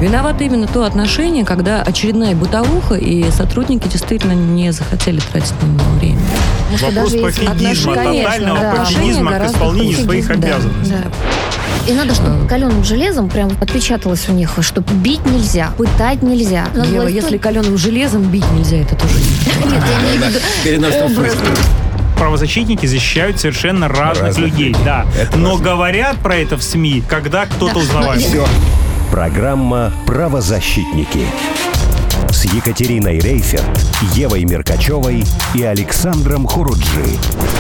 Виновато именно то отношение, когда очередная бытовуха, и сотрудники действительно не захотели тратить на него время. Вопрос пофигизма, тотального пофигизма к исполнению своих обязанностей. И надо, чтобы каленым железом прям отпечаталось у них, что бить нельзя, пытать нельзя. Ева, если каленым железом бить нельзя, это тоже не. Нет, я имею в виду образ. Правозащитники защищают совершенно разных людей, да. Но говорят про это в СМИ, когда кто-то узнавает. Все. Программа «Правозащитники» с Екатериной Рейферт, Евой Меркачевой и Александром Хуруджи.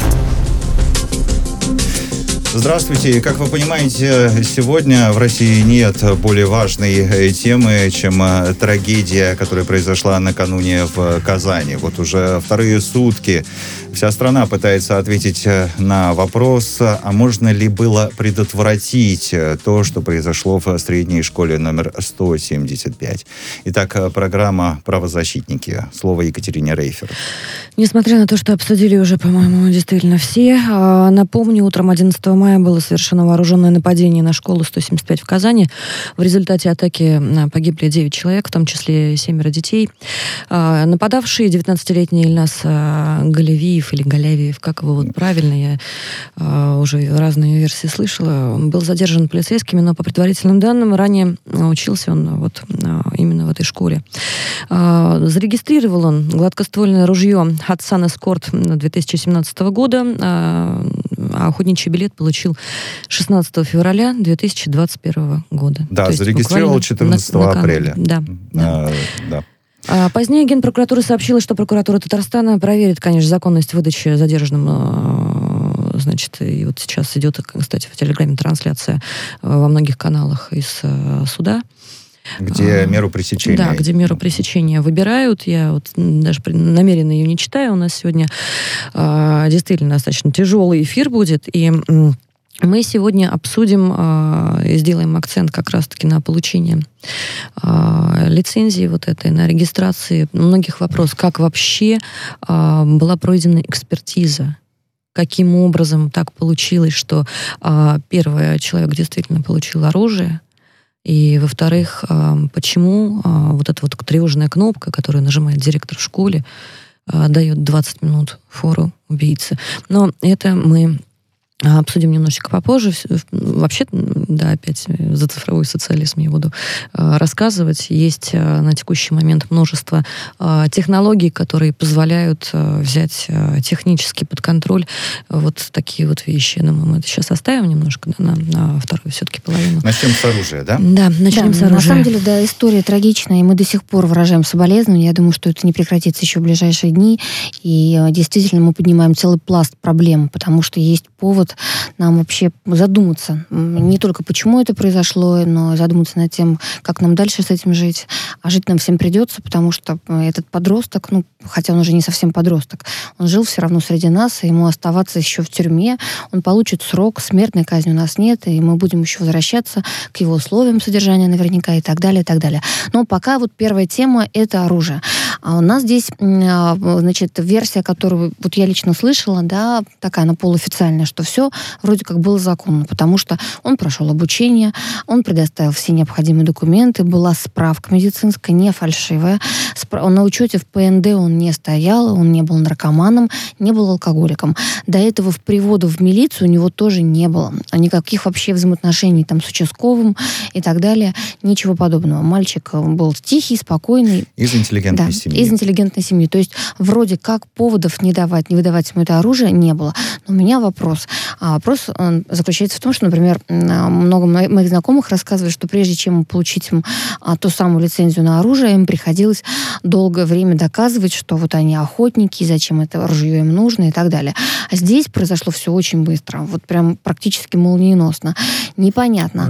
Здравствуйте. Как вы понимаете, сегодня в России нет более важной темы, чем трагедия, которая произошла накануне в Казани. Вот уже вторые сутки вся страна пытается ответить на вопрос, а можно ли было предотвратить то, что произошло в средней школе номер 175. Итак, программа «Правозащитники». Слово Екатерине Рейферт. Несмотря на то, что обсудили уже, по-моему, действительно все, напомню, утром 11 мая было совершено вооруженное нападение на школу 175 в Казани. В результате атаки погибли 9 человек, в том числе 7 детей. Нападавший, 19-летний Ильнас Галевиев или Галявиев, как его вот правильно, я уже разные версии слышала, был задержан полицейскими, но по предварительным данным ранее учился он вот именно в этой школе. Зарегистрировал он гладкоствольное ружье Hatsan Escort 2017 года, а охотничий билет получил 16 февраля 2021 года. Да, зарегистрировал 14 апреля. Да. Да. Позднее Генпрокуратура сообщила, что прокуратура Татарстана проверит, конечно, законность выдачи задержанным. Значит, и вот сейчас идет, кстати, в Телеграме трансляция во многих каналах из суда. Где меру пресечения. Да, где меру пресечения выбирают. Я вот даже намеренно ее не читаю. У нас сегодня действительно достаточно тяжелый эфир будет. И мы сегодня обсудим и сделаем акцент как раз-таки на получение лицензии вот этой, на регистрации многих вопросов. Как вообще была пройдена экспертиза? Каким образом так получилось, что первый человек действительно получил оружие? И, во-вторых, почему вот эта вот тревожная кнопка, которую нажимает директор в школе, дает 20 минут фору убийце. Но это мы обсудим немножечко попозже. Вообще, да, опять за цифровой социализм я буду рассказывать. Есть на текущий момент множество технологий, которые позволяют взять технически под контроль вот такие вот вещи. Думаю, мы это сейчас оставим немножко на вторую все-таки половину. Начнем с оружия, да? Да, начнем с оружия. На самом деле, да, история трагичная, и мы до сих пор выражаем соболезнования. Я думаю, что это не прекратится еще в ближайшие дни. И действительно мы поднимаем целый пласт проблем, потому что есть повод нам вообще задуматься. Не только почему это произошло, но задуматься над тем, как нам дальше с этим жить. А жить нам всем придется, потому что этот подросток, хотя он уже не совсем подросток, он жил все равно среди нас, и ему оставаться еще в тюрьме, он получит срок, смертной казни у нас нет, и мы будем еще возвращаться к его условиям содержания наверняка и так далее, и так далее. Но пока вот первая тема — это оружие. А у нас здесь, значит, версия, которую вот я лично слышала, да, такая, она полуофициальная, что все вроде как было законно, потому что он прошел обучение, он предоставил все необходимые документы, была справка медицинская, не фальшивая. На учете в ПНД он не стоял, он не был наркоманом, не был алкоголиком. До этого в приводу в милицию у него тоже не было. Никаких вообще взаимоотношений там с участковым и так далее. Ничего подобного. Мальчик был тихий, спокойный. Из интеллигентной семьи. Из интеллигентной семьи. То есть вроде как поводов не выдавать ему это оружие не было. Но у меня вопрос. Вопрос заключается в том, что, например, много моих знакомых рассказывают, что прежде чем получить им ту самую лицензию на оружие, им приходилось долгое время доказывать, что вот они охотники, зачем это ружье им нужно и так далее. А здесь произошло все очень быстро. Вот прям практически молниеносно. Непонятно.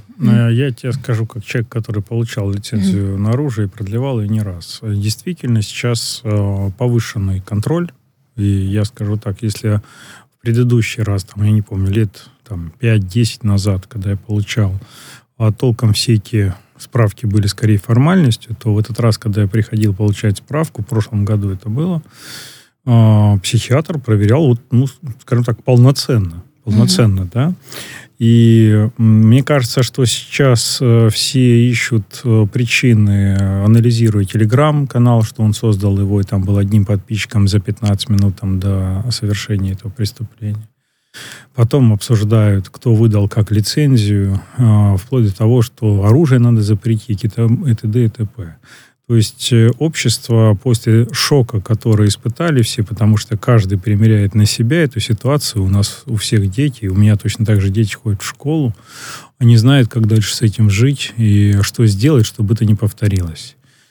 Я тебе скажу, как человек, который получал лицензию на оружие и продлевал ее не раз. Действительно, сейчас повышенный контроль. И я скажу так, если в предыдущий раз, я не помню, лет 5-10 назад, когда я получал, толком все эти справки были скорее формальностью, то в этот раз, когда я приходил получать справку, в прошлом году это было, психиатр проверял, скажем так, полноценно, да. И мне кажется, что сейчас все ищут причины, анализируя Телеграм-канал, что он создал его, и там был одним подписчиком за 15 минут до совершения этого преступления. Потом обсуждают, кто выдал как лицензию, вплоть до того, что оружие надо запретить, и т.д. и т.п. То есть общество после шока, который испытали все, потому что каждый примеряет на себя эту ситуацию, у нас у всех дети, у меня точно так же дети ходят в школу, они знают, как дальше с этим жить и что сделать, чтобы это не повторилось.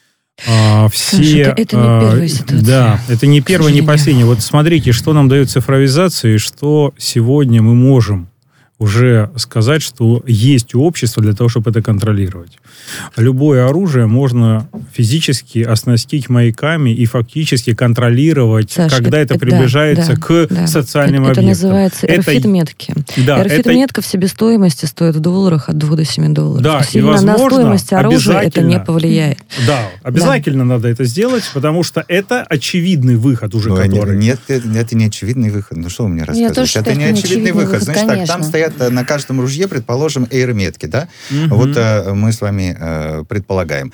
Саша, это не первая ситуация. Да, это не первая, не последняя. Вот смотрите, что нам дает цифровизация, и что сегодня мы можем уже сказать, что есть у общества для того, чтобы это контролировать. Любое оружие можно физически оснастить маяками и фактически контролировать, Саша, когда это приближается к социальным объектам. Это называется RFID-метки. Да, RFID-метка в себестоимости стоит в долларах от $2 до $7. Да, и возможно, на стоимость оружия это не повлияет. Да, обязательно надо это сделать, потому что это очевидный выход уже, который... Нет, это не очевидный выход. Ну что вы мне рассказываете? Это не очевидный выход. Значит так, там стоят на каждом ружье, предположим, AR-метки, да? Вот мы с вами предполагаем.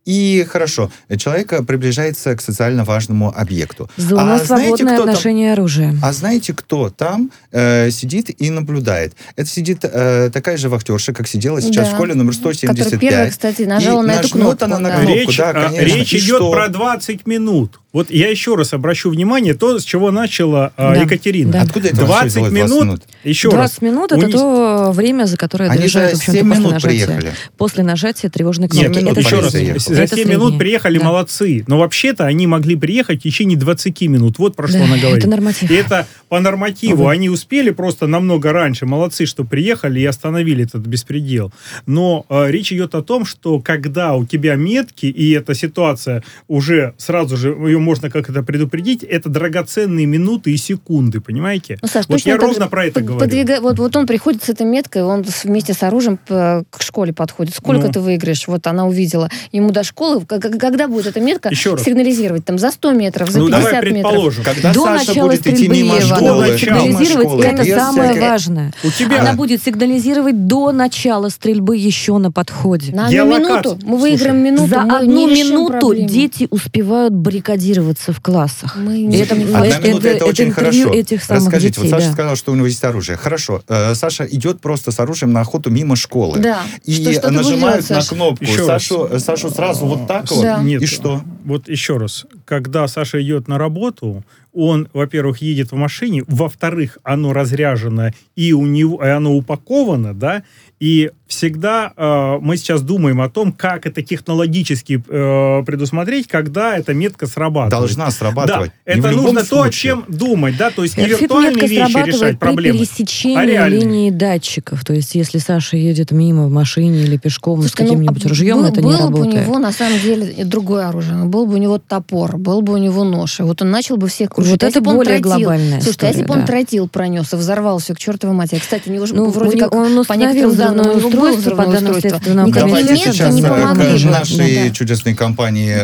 И хорошо, человек приближается к социально важному объекту. Зона свободное отношение оружия. А знаете, кто там сидит и наблюдает? Это сидит такая же вахтерша, как сидела сейчас в школе номер 175. Которая первая, кстати, нажала на эту кнопку. Она на кнопку, речь идет про 20 минут. Вот я еще раз обращу внимание, то, с чего начала Екатерина. Да. Откуда это 20 минут? Еще 20 минут это то время, за которое доезжают, в общем-то, после нажатия. Приехали. После нажатия тревожной кнопки. Нет, еще раз. За 7 минут приехали молодцы. Но вообще-то они могли приехать в течение 20 минут. Вот про что она говорит. Это норматив. И это по нормативу. Они успели просто намного раньше. Молодцы, что приехали и остановили этот беспредел. Но речь идет о том, что когда у тебя метки, и эта ситуация уже сразу же, ее можно как-то предупредить, это драгоценные минуты и секунды, понимаете? Ну, Саш, вот я ровно про это говорю. Вот он приходит с этой меткой, он вместе с оружием к школе подходит. Сколько ты выиграешь? Вот она увидела. Ему до школы, когда будет эта метка сигнализировать? Там за 100 метров, за 50 метров. Когда до Саша начала будет идти мимо школы. Сигнализировать, это самое важное. Она будет сигнализировать до начала стрельбы еще на подходе. На одну минуту. Мы выиграем минуту. За одну минуту дети успевают баррикадироваться в классах. Одна минута это очень хорошо. Расскажите, вот Саша сказал, что у него есть оружие. Хорошо. Саша идет просто с оружием на охоту мимо школы. Да. И нажимают на кнопку. Сашу сразу вот так вот. Нет. И что? Вот еще раз. Когда Саша идет на работу, он, во-первых, едет в машине, во-вторых, оно разряжено, и оно упаковано, да, и всегда мы сейчас думаем о том, как это технологически предусмотреть, когда эта метка срабатывает. Должна срабатывать. Да, это нужно то, о чем думать, да, то есть не виртуальные вещи решать проблемы, при пересечении линии датчиков, то есть если Саша едет мимо в машине или пешком с каким-нибудь ружьем, это не работает. Было бы у него, на самом деле, другое оружие, был бы у него топор, был бы у него нож, и вот он начал бы всех крушить. Вот это более глобальная история. Слушайте, если бы он тротил пронес и взорвал все к чертовой матери. Кстати, у него же вроде как он по некоторым данным у него было взрывное устройство. Давайте сейчас к нашей чудесной компании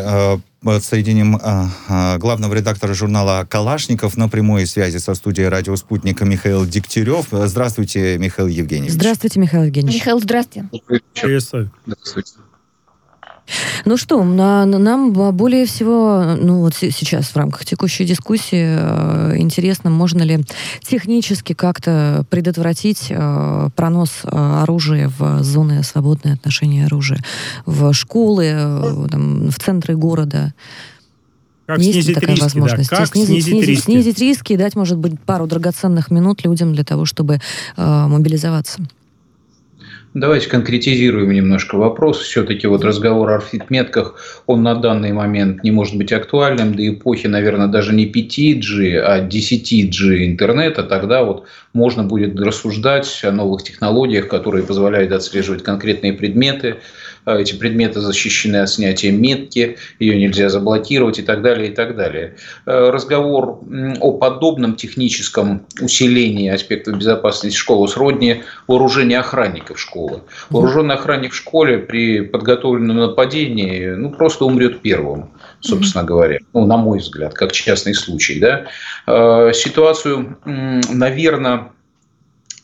соединим главного редактора журнала «Калашников» на прямой связи со студией «Радио Спутника» Михаил Дегтярев. Здравствуйте, Михаил Евгеньевич. Здравствуйте, Михаил Евгеньевич. Михаил, здравствуйте. Приветствую. Здравствуйте. Ну что, нам более всего, вот сейчас в рамках текущей дискуссии интересно, можно ли технически как-то предотвратить пронос оружия в зоны свободное отношение оружия, в школы, в центры города. Как есть снизить такая риски, возможность? Да. Как снизить риски и дать, может быть, пару драгоценных минут людям для того, чтобы мобилизоваться. Давайте конкретизируем немножко вопрос. Все-таки вот разговор о RFID-метках, он на данный момент не может быть актуальным. До эпохи, наверное, даже не 5G, а 10G интернета. Тогда вот можно будет рассуждать о новых технологиях, которые позволяют отслеживать конкретные предметы. Эти предметы защищены от снятия метки, ее нельзя заблокировать и так далее, и так далее. Разговор о подобном техническом усилении аспектов безопасности школы сродни вооружению охранников школы. Вооруженный охранник в школе при подготовленном нападении просто умрет первым, собственно говоря. На мой взгляд, как частный случай. Да? Ситуацию, наверное,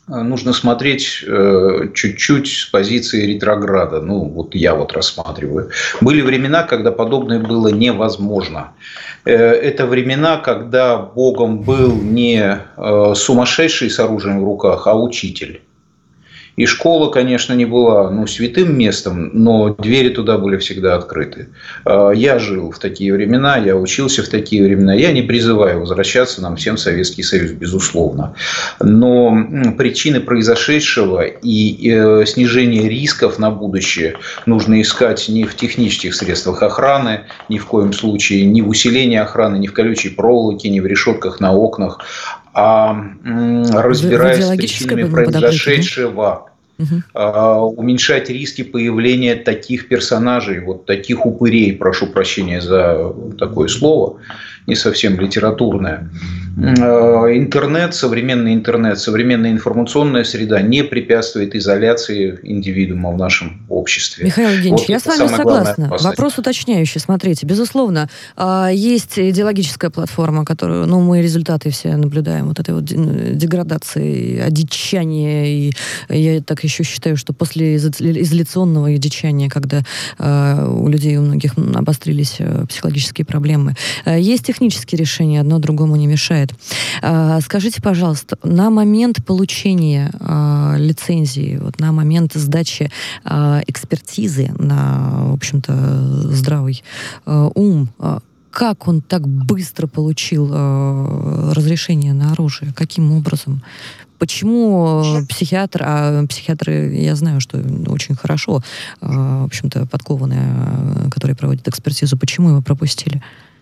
нужно смотреть чуть-чуть с позиции ретрограда. Вот я рассматриваю. Были времена, когда подобное было невозможно. Это времена, когда Богом был не сумасшедший с оружием в руках, а учитель. И школа, конечно, не была святым местом, но двери туда были всегда открыты. Я жил в такие времена, я учился в такие времена. Я не призываю возвращаться нам всем в Советский Союз, безусловно. Но причины произошедшего и снижение рисков на будущее нужно искать не в технических средствах охраны, ни в коем случае, не в усилении охраны, не в колючей проволоке, не в решетках на окнах, а разбираясь с причинами произошедшего, уменьшать риски появления таких персонажей, таких упырей, прошу прощения за такое слово, не совсем литературное. Интернет, современная информационная среда не препятствует изоляции индивидуума в нашем обществе. Михаил Евгеньевич, я с вами согласна. Вопрос уточняющий. Смотрите, безусловно, есть идеологическая платформа, которую, мы результаты все наблюдаем, этой деградации, одичания. И я так еще считаю, что после изоляционного одичания, когда у людей, у многих обострились психологические проблемы, есть технические решения, одно другому не мешает. Скажите, пожалуйста, на момент получения лицензии, на момент сдачи экспертизы на, в общем-то, здравый ум, как он так быстро получил разрешение на оружие? Каким образом? Почему психиатры, я знаю, что очень хорошо, в общем-то, подкованные, которые проводят экспертизу, почему его пропустили?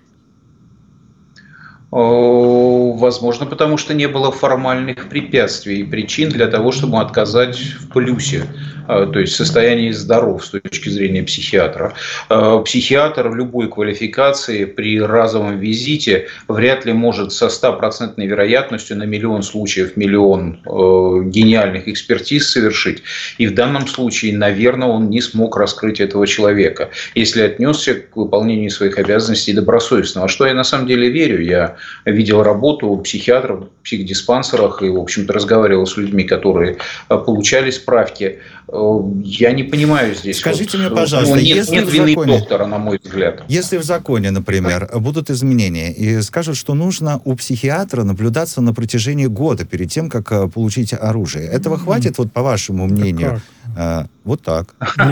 Возможно, потому что не было формальных препятствий и причин для того, чтобы отказать в плюсе, то есть в состоянии здоров с точки зрения психиатра. Психиатр любой квалификации при разовом визите вряд ли может со 100% вероятностью на миллион случаев, миллион гениальных экспертиз совершить. И в данном случае, наверное, он не смог раскрыть этого человека, если отнесся к выполнению своих обязанностей добросовестно. Во что я на самом деле верю. Я видел работу психиатров в психдиспансерах и, в общем-то, разговаривал с людьми, которые получали справки. Я не понимаю здесь. Скажите мне, пожалуйста, нет вины доктора, на мой взгляд. Если в законе, например, будут изменения и скажут, что нужно у психиатра наблюдаться на протяжении года перед тем, как получить оружие, этого хватит, по вашему мнению? Вот так.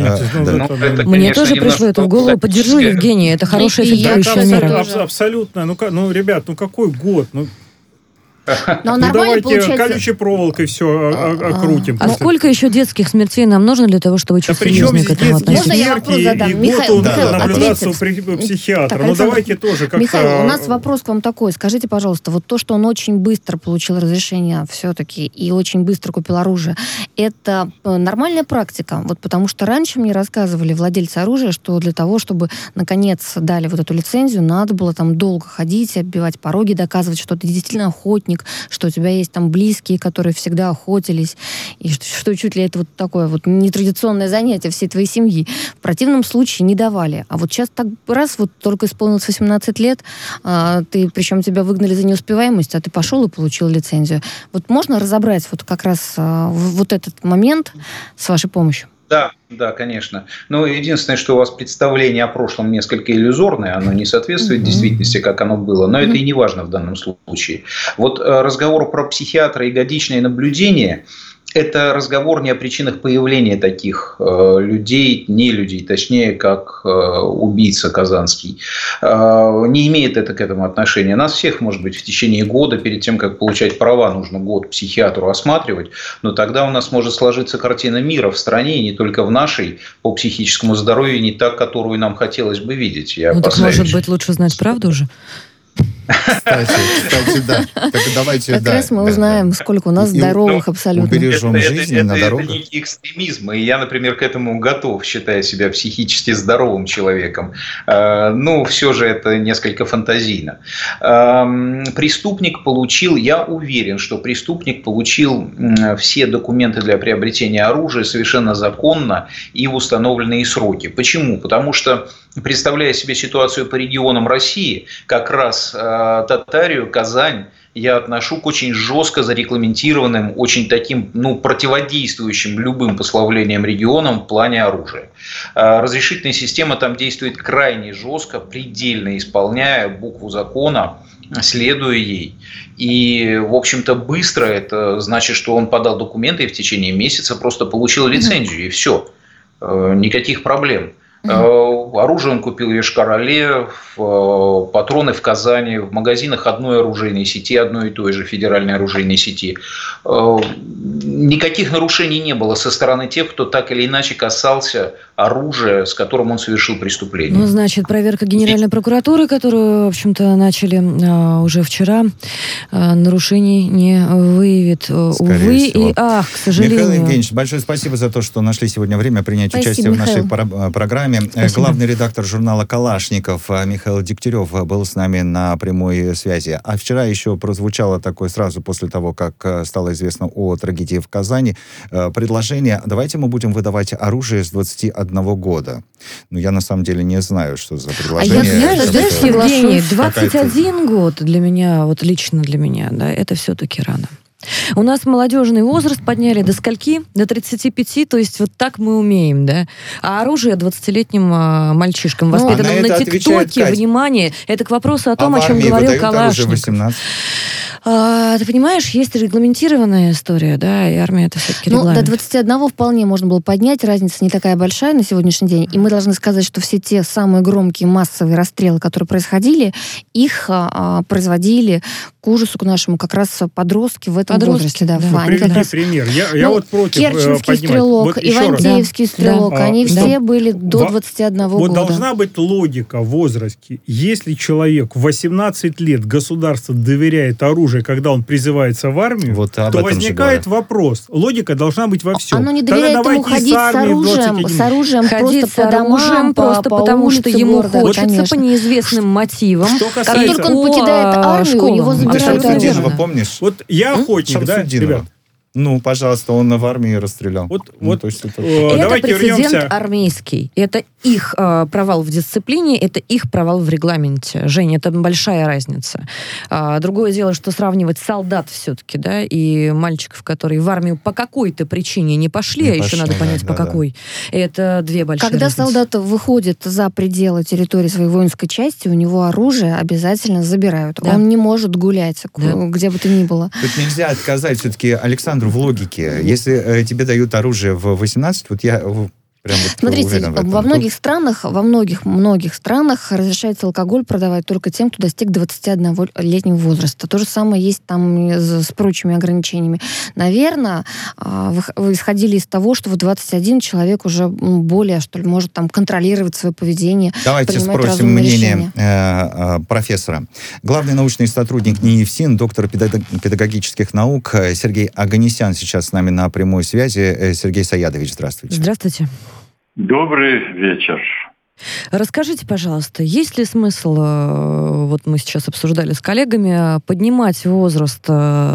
Мне тоже пришло это в голову. Поддержу Евгения. Это хорошая фильтрующая мера. Абсолютно. Ребят, какой год? Давайте получается... колючей проволокой все окрутим. А сколько еще детских смертей нам нужно для того, чтобы чуть серьезнее к этому относиться? Можно я вопрос задам? Михаил, наблюдаться у психиатра. Давайте тоже как-то... Михаил, у нас вопрос к вам такой. Скажите, пожалуйста, то, что он очень быстро получил разрешение все-таки и очень быстро купил оружие, это нормальная практика? Потому что раньше мне рассказывали владельцы оружия, что для того, чтобы наконец дали эту лицензию, надо было долго ходить, оббивать пороги, доказывать, что ты действительно охотник, что у тебя есть близкие, которые всегда охотились, и что чуть ли это такое нетрадиционное занятие всей твоей семьи. В противном случае не давали. А сейчас так раз, только исполнилось 18 лет, причем тебя выгнали за неуспеваемость, а ты пошел и получил лицензию. Можно разобрать как раз этот момент с вашей помощью? Да, конечно. Но единственное, что у вас представление о прошлом несколько иллюзорное, оно не соответствует действительности, как оно было, но это и не важно в данном случае. Разговор про психиатра и годичное наблюдение – это разговор не о причинах появления таких людей, не людей, точнее, как убийца казанский. Не имеет это к этому отношения. Нас всех, может быть, в течение года, перед тем, как получать права, нужно год психиатру осматривать, но тогда у нас может сложиться картина мира в стране, и не только в нашей, по психическому здоровью, не та, которую нам хотелось бы видеть. Так, может быть, лучше знать правду уже? Кстати, да. Так давайте, как раз мы узнаем, сколько у нас здоровых абсолютно. Убережем жизни на дорогах. Это некий экстремизм, и я, например, к этому готов, считая себя психически здоровым человеком. Все же это несколько фантазийно. Преступник получил, я уверен, что преступник получил все документы для приобретения оружия совершенно законно и в установленные сроки. Почему? Потому что, представляя себе ситуацию по регионам России, как раз Татарию, Казань, я отношу к очень жестко зарегламентированным, очень таким, противодействующим любым послаблениям регионам в плане оружия. Разрешительная система там действует крайне жестко, предельно исполняя букву закона, следуя ей. И, в общем-то, быстро это значит, что он подал документы и в течение месяца просто получил лицензию, и все. Никаких проблем. Оружие он купил в Йошкар-Оле, патроны в Казани, в магазинах одной оружейной сети, одной и той же федеральной оружейной сети. Никаких нарушений не было со стороны тех, кто так или иначе касался оружия, с которым он совершил преступление. Значит, проверка Генеральной прокуратуры, которую, в общем-то, начали уже вчера, нарушений не выявит. Увы и ах, к сожалению. Михаил Евгеньевич, большое спасибо за то, что нашли сегодня время принять участие в нашей программе. Спасибо. Главный редактор журнала «Калашников» Михаил Дегтярев был с нами на прямой связи. А вчера еще прозвучало такое сразу после того, как стало известно о трагедии в Казани, предложение: давайте мы будем выдавать оружие с 21 года. Я на самом деле не знаю, что за предложение. Знаешь, Евгений, 21 год для меня, вот лично для меня, да, это все-таки рано. У нас молодежный возраст подняли до скольки? До 35, то есть вот так мы умеем, да? А оружие 20-летним мальчишкам, воспитанным на ТикТоке, внимание, это к вопросу о том, о чем говорил Калашников. Ты понимаешь, есть регламентированная история, да, и армия это все-таки регламент. До 21 вполне можно было поднять, разница не такая большая на сегодняшний день, и мы должны сказать, что все те самые громкие массовые расстрелы, которые происходили, их производили к ужасу к нашему как раз подростки в этом возрасте. Да. Приведи пример. Я вот против Керченский стрелок, Ивантеевский стрелок, они все были до 21 года. Вот должна быть логика в возрасте. Если человек в 18 лет государство доверяет оружию, когда он призывается в армию, то возникает вопрос. Логика должна быть во всем. Оно не доверяет ему ходить с оружием просто по домам, просто потому, что ему хочется по неизвестным мотивам. Как только он покидает армию, у него забирают оружие. Помнишь? Вот я охотник, да, ребят? Пожалуйста, он в армии расстрелял. Это прецедент армейский. Это их провал в дисциплине, это их провал в регламенте. Жень, это большая разница. Другое дело, что сравнивать солдат все-таки, да, и мальчиков, которые в армию по какой-то причине не пошли, еще надо понять, по какой. Это две большие Когда разницы. солдат выходит за пределы территории своей воинской части, у него оружие обязательно забирают. Да. Он не может гулять, где бы то ни было. Тут нельзя отказать все-таки Александру в логике. Если тебе дают оружие в 18, вот я прям смотрите, во многих странах разрешается алкоголь продавать только тем, кто достиг 21-летнего возраста. То же самое есть там с прочими ограничениями. Наверное, вы исходили из того, что в 21 человек уже более, что ли, может там контролировать свое поведение. Давайте спросим мнение профессора. Главный научный сотрудник НИИ ФСИН, доктор педагогических наук Сергей Оганесян сейчас с нами на прямой связи. Сергей Саядович, здравствуйте. Здравствуйте. Добрый вечер. Расскажите, пожалуйста, есть ли смысл, вот мы сейчас обсуждали с коллегами, поднимать возраст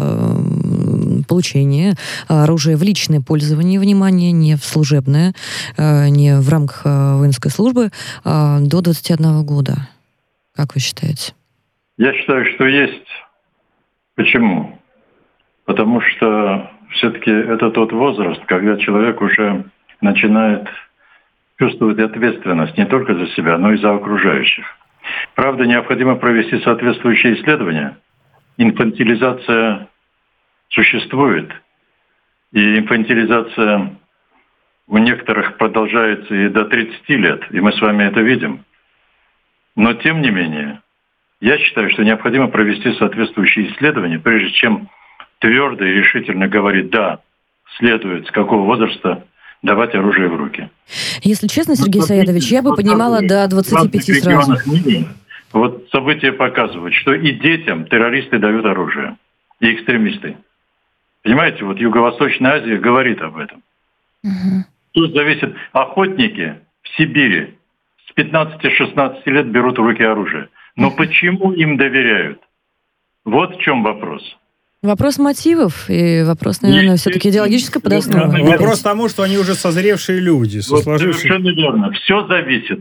получения оружия в личное пользование, внимание, не в служебное, не в рамках воинской службы, до 21 года? Как вы считаете? Я считаю, что есть. Почему? Потому что все-таки это тот возраст, когда человек уже начинает чувствовать ответственность не только за себя, но и за окружающих. Правда, необходимо провести соответствующие исследования. Инфантилизация существует, и инфантилизация у некоторых продолжается и до 30 лет, и мы с вами это видим. Но, тем не менее, я считаю, что необходимо провести соответствующие исследования, прежде чем твердо и решительно говорить «да», следует с какого возраста давать оружие в руки. Если честно, Сергей Саядович, я бы поднимала до 25 сразу. Вот события показывают, что и детям террористы дают оружие, и экстремисты. Понимаете, вот Юго-Восточная Азия говорит об этом. Тут зависит, охотники в Сибири с 15-16 лет берут в руки оружие. Но почему им доверяют? Вот в чем вопрос. Вопрос мотивов и вопрос, наверное, все-таки идеологической подосновы. Вопрос тому, что они уже созревшие люди. Вот совершенно верно. Все зависит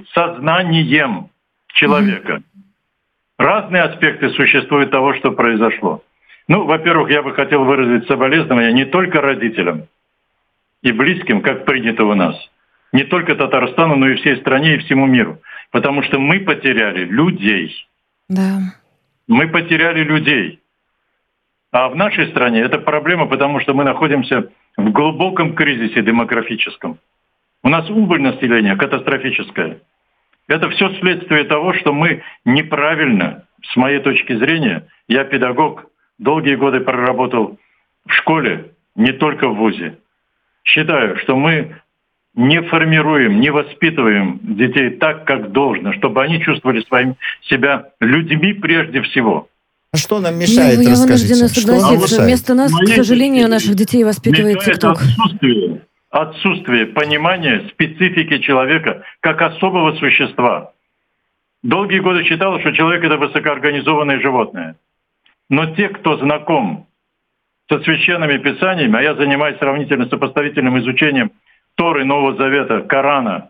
сознанием человека. Разные аспекты существуют того, что произошло. Ну, во-первых, я бы хотел выразить соболезнования не только родителям и близким, как принято у нас, не только Татарстану, но и всей стране и всему миру. Потому что мы потеряли людей. Да. Мы потеряли людей. А в нашей стране это проблема, потому что мы находимся в глубоком кризисе демографическом. У нас убыль населения катастрофическая. Это все следствие того, что мы неправильно, с моей точки зрения, я педагог, долгие годы проработал в школе, не только в вузе. Считаю, что мы не формируем, не воспитываем детей так, как должно, чтобы они чувствовали себя людьми прежде всего. А что нам мешает, я расскажите? вынуждена Что согласиться. нам мешает? Вместо нас, к сожалению, наших детей воспитывает ТикТок. Отсутствие понимания специфики человека как особого существа. Долгие годы считалось, что человек — это высокоорганизованное животное. Но те, кто знаком со священными писаниями, а я занимаюсь сравнительно-сопоставительным изучением Торы, Нового Завета, Корана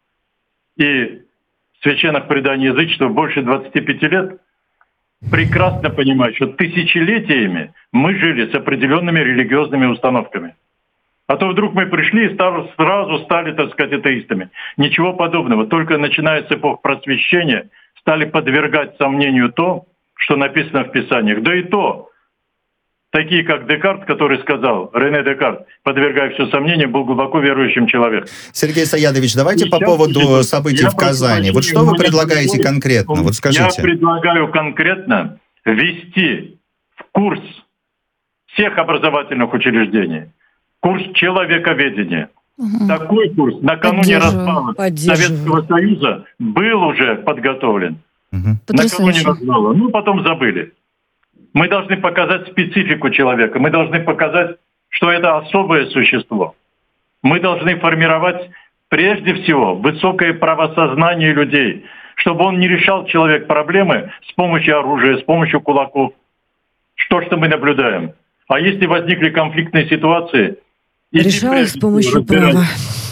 и священных преданий язычества больше 25 лет, прекрасно понимают, что тысячелетиями мы жили с определенными религиозными установками. А то вдруг мы пришли и сразу стали, так сказать, атеистами. Ничего подобного. Только начиная с эпох просвещения стали подвергать сомнению то, что написано в Писаниях. Да и то, такие как Декарт, который сказал, Рене Декарт, подвергая все сомнению, был глубоко верующим человеком. Сергей Саядович, давайте по поводу событий в Казани. Вот что вы предлагаете конкретно? Вот скажите. Я предлагаю конкретно ввести в курс всех образовательных учреждений курс человековедения. Такой курс накануне развала Советского Союза был уже подготовлен. Накануне развала. Ну, потом забыли. Мы должны показать специфику человека. Мы должны показать, что это особое существо. Мы должны формировать прежде всего высокое правосознание людей, чтобы он не решал человек проблемы с помощью оружия, с помощью кулаков. Что мы наблюдаем? А если возникли конфликтные ситуации, решалось с помощью права.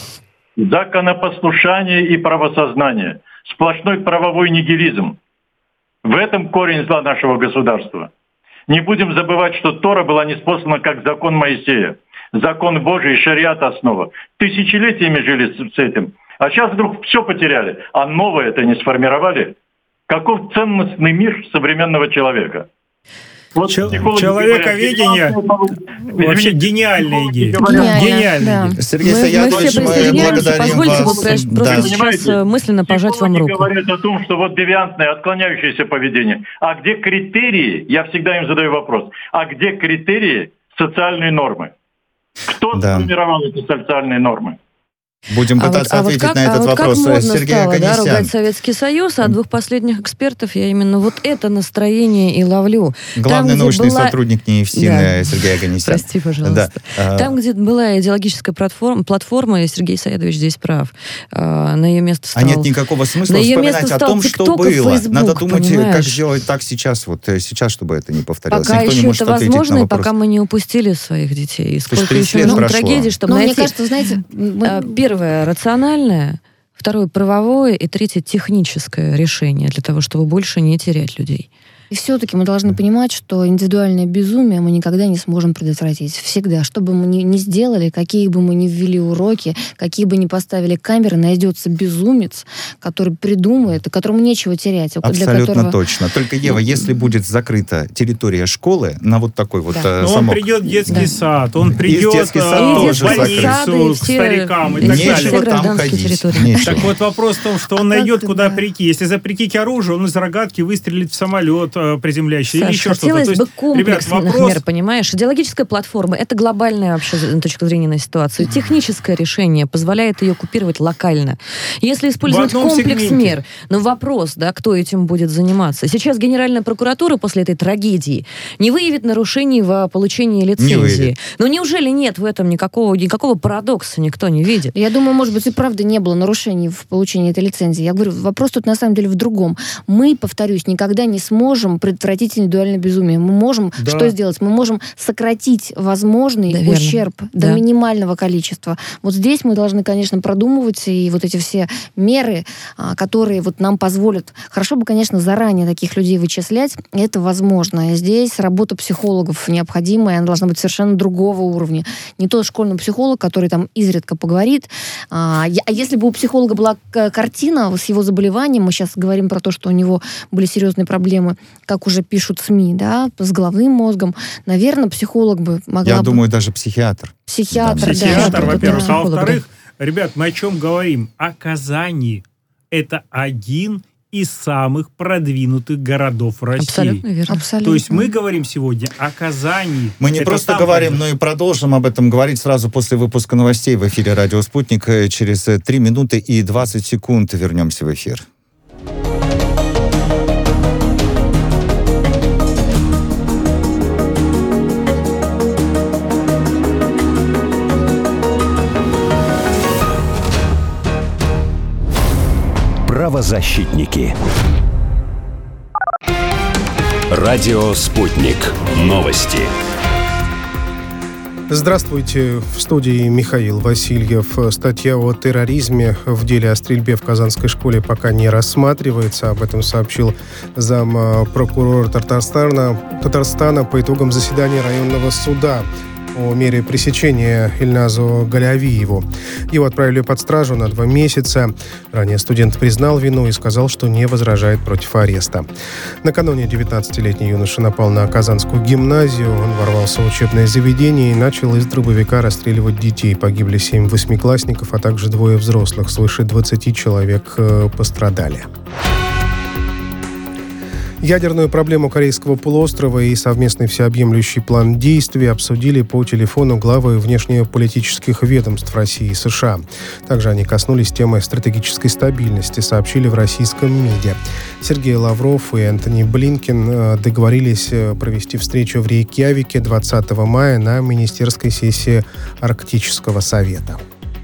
Законопослушание и правосознание. Сплошной правовой нигилизм. В этом корень зла нашего государства. Не будем забывать, что Тора была ниспослана как закон Моисея. Закон Божий, шариат основа. Тысячелетиями жили с этим. А сейчас вдруг все потеряли. А новое это не сформировали. Каков ценностный мир современного человека? Вот человековедение вообще гениальная идея. Гениальная идея. Сергей Саядович, мы благодарим вас. Просто сейчас мысленно пожать вам руку. Говорят о том, что вот девиантное, отклоняющееся поведение. А где критерии, я всегда им задаю вопрос, а где критерии социальной нормы? Кто сформировал эти социальные нормы? Будем пытаться ответить на этот вопрос. Сергей Оганесян. Ругать Советский Союз, а двух последних экспертов я именно вот это настроение и ловлю. Главный научный сотрудник НИИФСИН Сергей Оганесян. Прости, пожалуйста. Да. Там, где была идеологическая платформа, Сергей Саядович здесь прав. На ее место стал... А нет никакого смысла вспоминать о том, что было. Надо думать, как сделать так сейчас, чтобы это не повторялось. Пока еще это возможно, и пока мы не упустили своих детей. Сколько еще нужно трагедий, чтобы найти... Мне кажется, знаете... Первое — рациональное, второе — правовое, и третье — техническое решение для того, чтобы больше не терять людей. И все-таки мы должны понимать, что индивидуальное безумие мы никогда не сможем предотвратить. Всегда. Что бы мы ни сделали, какие бы мы ни ввели уроки, какие бы ни поставили камеры, найдется безумец, который придумает, и которому нечего терять. Абсолютно точно. Только, Ева, если будет закрыта территория школы на вот такой вот замок... Он придет в детский сад, он придет в больницу к старикам и так далее. Нечего там ходить. Так вот вопрос в том, что он найдет, куда прийти. Если запретить оружие, он из рогатки выстрелит в самолет, приземляющий, или еще что-то. Хотелось бы комплексных мер, понимаешь? Идеологическая платформа — это глобальная вообще точка зрения на ситуацию. Техническое решение позволяет ее купировать локально. Если использовать комплекс мер, но вопрос, кто этим будет заниматься. Сейчас Генеральная прокуратура после этой трагедии не выявит нарушений в получении лицензии. Но неужели нет в этом никакого парадокса, никто не видит? Я думаю, может быть, и правда не было нарушений в получении этой лицензии. Я говорю, вопрос тут на самом деле в другом. Мы, повторюсь, никогда не сможем можем предотвратить индивидуальное безумие. Мы можем что сделать? Мы можем сократить возможный ущерб до минимального количества. Вот здесь мы должны, конечно, продумывать и вот эти все меры, которые вот нам позволят. Хорошо бы, конечно, заранее таких людей вычислять. Это возможно. И здесь работа психологов необходимая, она должна быть совершенно другого уровня. Не тот школьный психолог, который там изредка поговорит. А если бы у психолога была картина с его заболеванием, мы сейчас говорим про то, что у него были серьезные проблемы, как уже пишут СМИ, да, с головным мозгом, наверное, психолог бы могла Я думаю, даже психиатр. Психиатр, во-первых. А во-вторых, ребят, мы о чем говорим? О Казани. Это один из самых продвинутых городов России. Абсолютно верно. То есть мы говорим сегодня о Казани. Мы не просто говорим, но и продолжим об этом говорить сразу после выпуска новостей в эфире «Радио Спутник». Через 3 минуты и 20 секунд вернемся в эфир. Правозащитники. Радио «Спутник». Новости. Здравствуйте. В студии Михаил Васильев. Статья о терроризме в деле о стрельбе в Казанской школе пока не рассматривается. Об этом сообщил зампрокурора Татарстана по итогам заседания районного суда о мере пресечения Ильназу Галявиеву. Его отправили под стражу на 2 месяца. Ранее студент признал вину и сказал, что не возражает против ареста. Накануне 19-летний юноша напал на Казанскую гимназию. Он ворвался в учебное заведение и начал из дробовика расстреливать детей. Погибли 7 восьмиклассников, а также 2 взрослых. Свыше 20 человек пострадали. Ядерную проблему Корейского полуострова и совместный всеобъемлющий план действий обсудили по телефону главы внешнеполитических ведомств России и США. Также они коснулись темы стратегической стабильности, сообщили в российском МИДе. Сергей Лавров и Энтони Блинкен договорились провести встречу в Рейкьявике 20 мая на министерской сессии Арктического совета.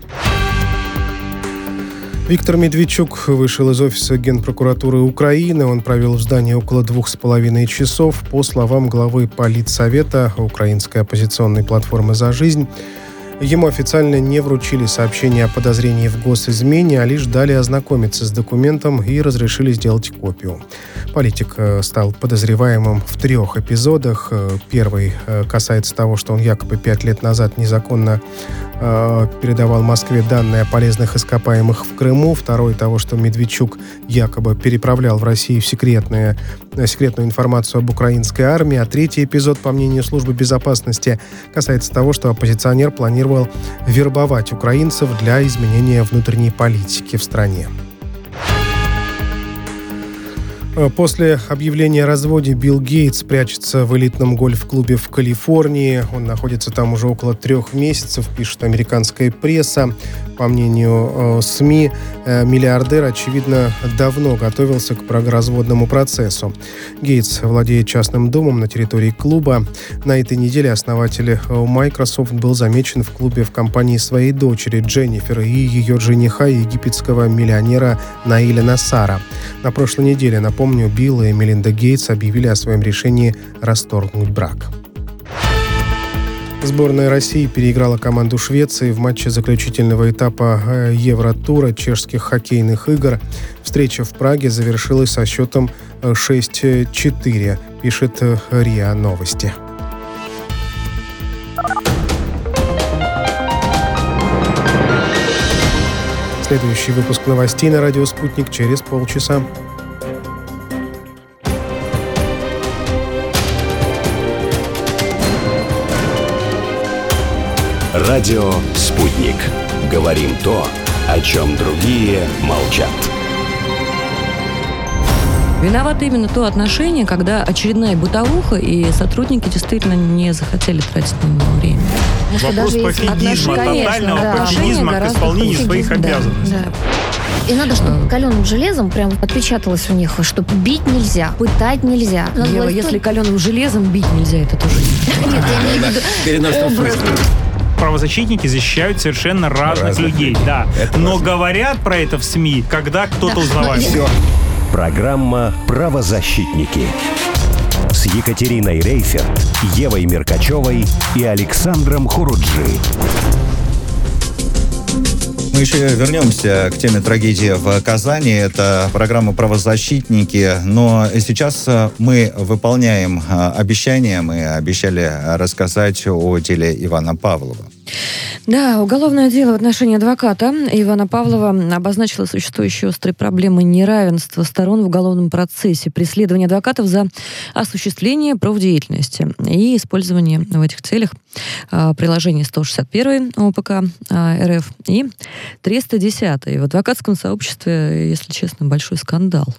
Виктор Медведчук вышел из офиса Генпрокуратуры Украины. Он провел в здании около 2,5 часов. По словам главы Политсовета украинской оппозиционной платформы «За жизнь», ему официально не вручили сообщение о подозрении в госизмене, а лишь дали ознакомиться с документом и разрешили сделать копию. Политик стал подозреваемым в 3 эпизодах. Первый касается того, что он якобы 5 лет назад незаконно передавал Москве данные о полезных ископаемых в Крыму. Второй того, что Медведчук якобы переправлял в Россию секретную информацию об украинской армии. А третий эпизод, по мнению службы безопасности, касается того, что оппозиционер планировал вербовать украинцев для изменения внутренней политики в стране. После объявления о разводе Билл Гейтс прячется в элитном гольф-клубе в Калифорнии. Он находится там уже около 3 месяцев, пишет американская пресса. По мнению СМИ, миллиардер, очевидно, давно готовился к бракоразводному процессу. Гейтс владеет частным домом на территории клуба. На этой неделе основатель Microsoft был замечен в клубе в компании своей дочери Дженнифер и ее жениха, египетского миллионера Наиля Насара. На прошлой неделе, напомню, Билл и Мелинда Гейтс объявили о своем решении расторгнуть брак. Сборная России переиграла команду Швеции в матче заключительного этапа Евротура чешских хоккейных игр. Встреча в Праге завершилась со счетом 6-4, пишет РИА Новости. Следующий выпуск новостей на радио «Спутник» через полчаса. Радио «Спутник». Говорим то, о чем другие молчат. Виновато именно то отношение, когда очередная бытовуха, и сотрудники действительно не захотели тратить на него время. Вопрос пофигизма, тотального пофигизма к исполнению своих обязанностей. И надо, чтобы каленым железом прям отпечаталось у них, что бить нельзя, пытать нельзя. Ева, если каленым железом бить нельзя, это тоже не... Нет, я имею в виду Правозащитники защищают совершенно разных людей, да. Но говорят про это в СМИ, когда кто-то узнавает. Программа «Правозащитники» с Екатериной Рейферт, Евой Меркачевой и Александром Хуруджи. Мы еще вернемся к теме трагедии в Казани. Это программа «Правозащитники». Но сейчас мы выполняем обещание. Мы обещали рассказать о деле Ивана Павлова. Да, уголовное дело в отношении адвоката Ивана Павлова обозначило существующие острые проблемы неравенства сторон в уголовном процессе, преследования адвокатов за осуществление праводеятельности и использование в этих целях приложений 161 ОПК РФ и 310. В адвокатском сообществе, если честно, большой скандал.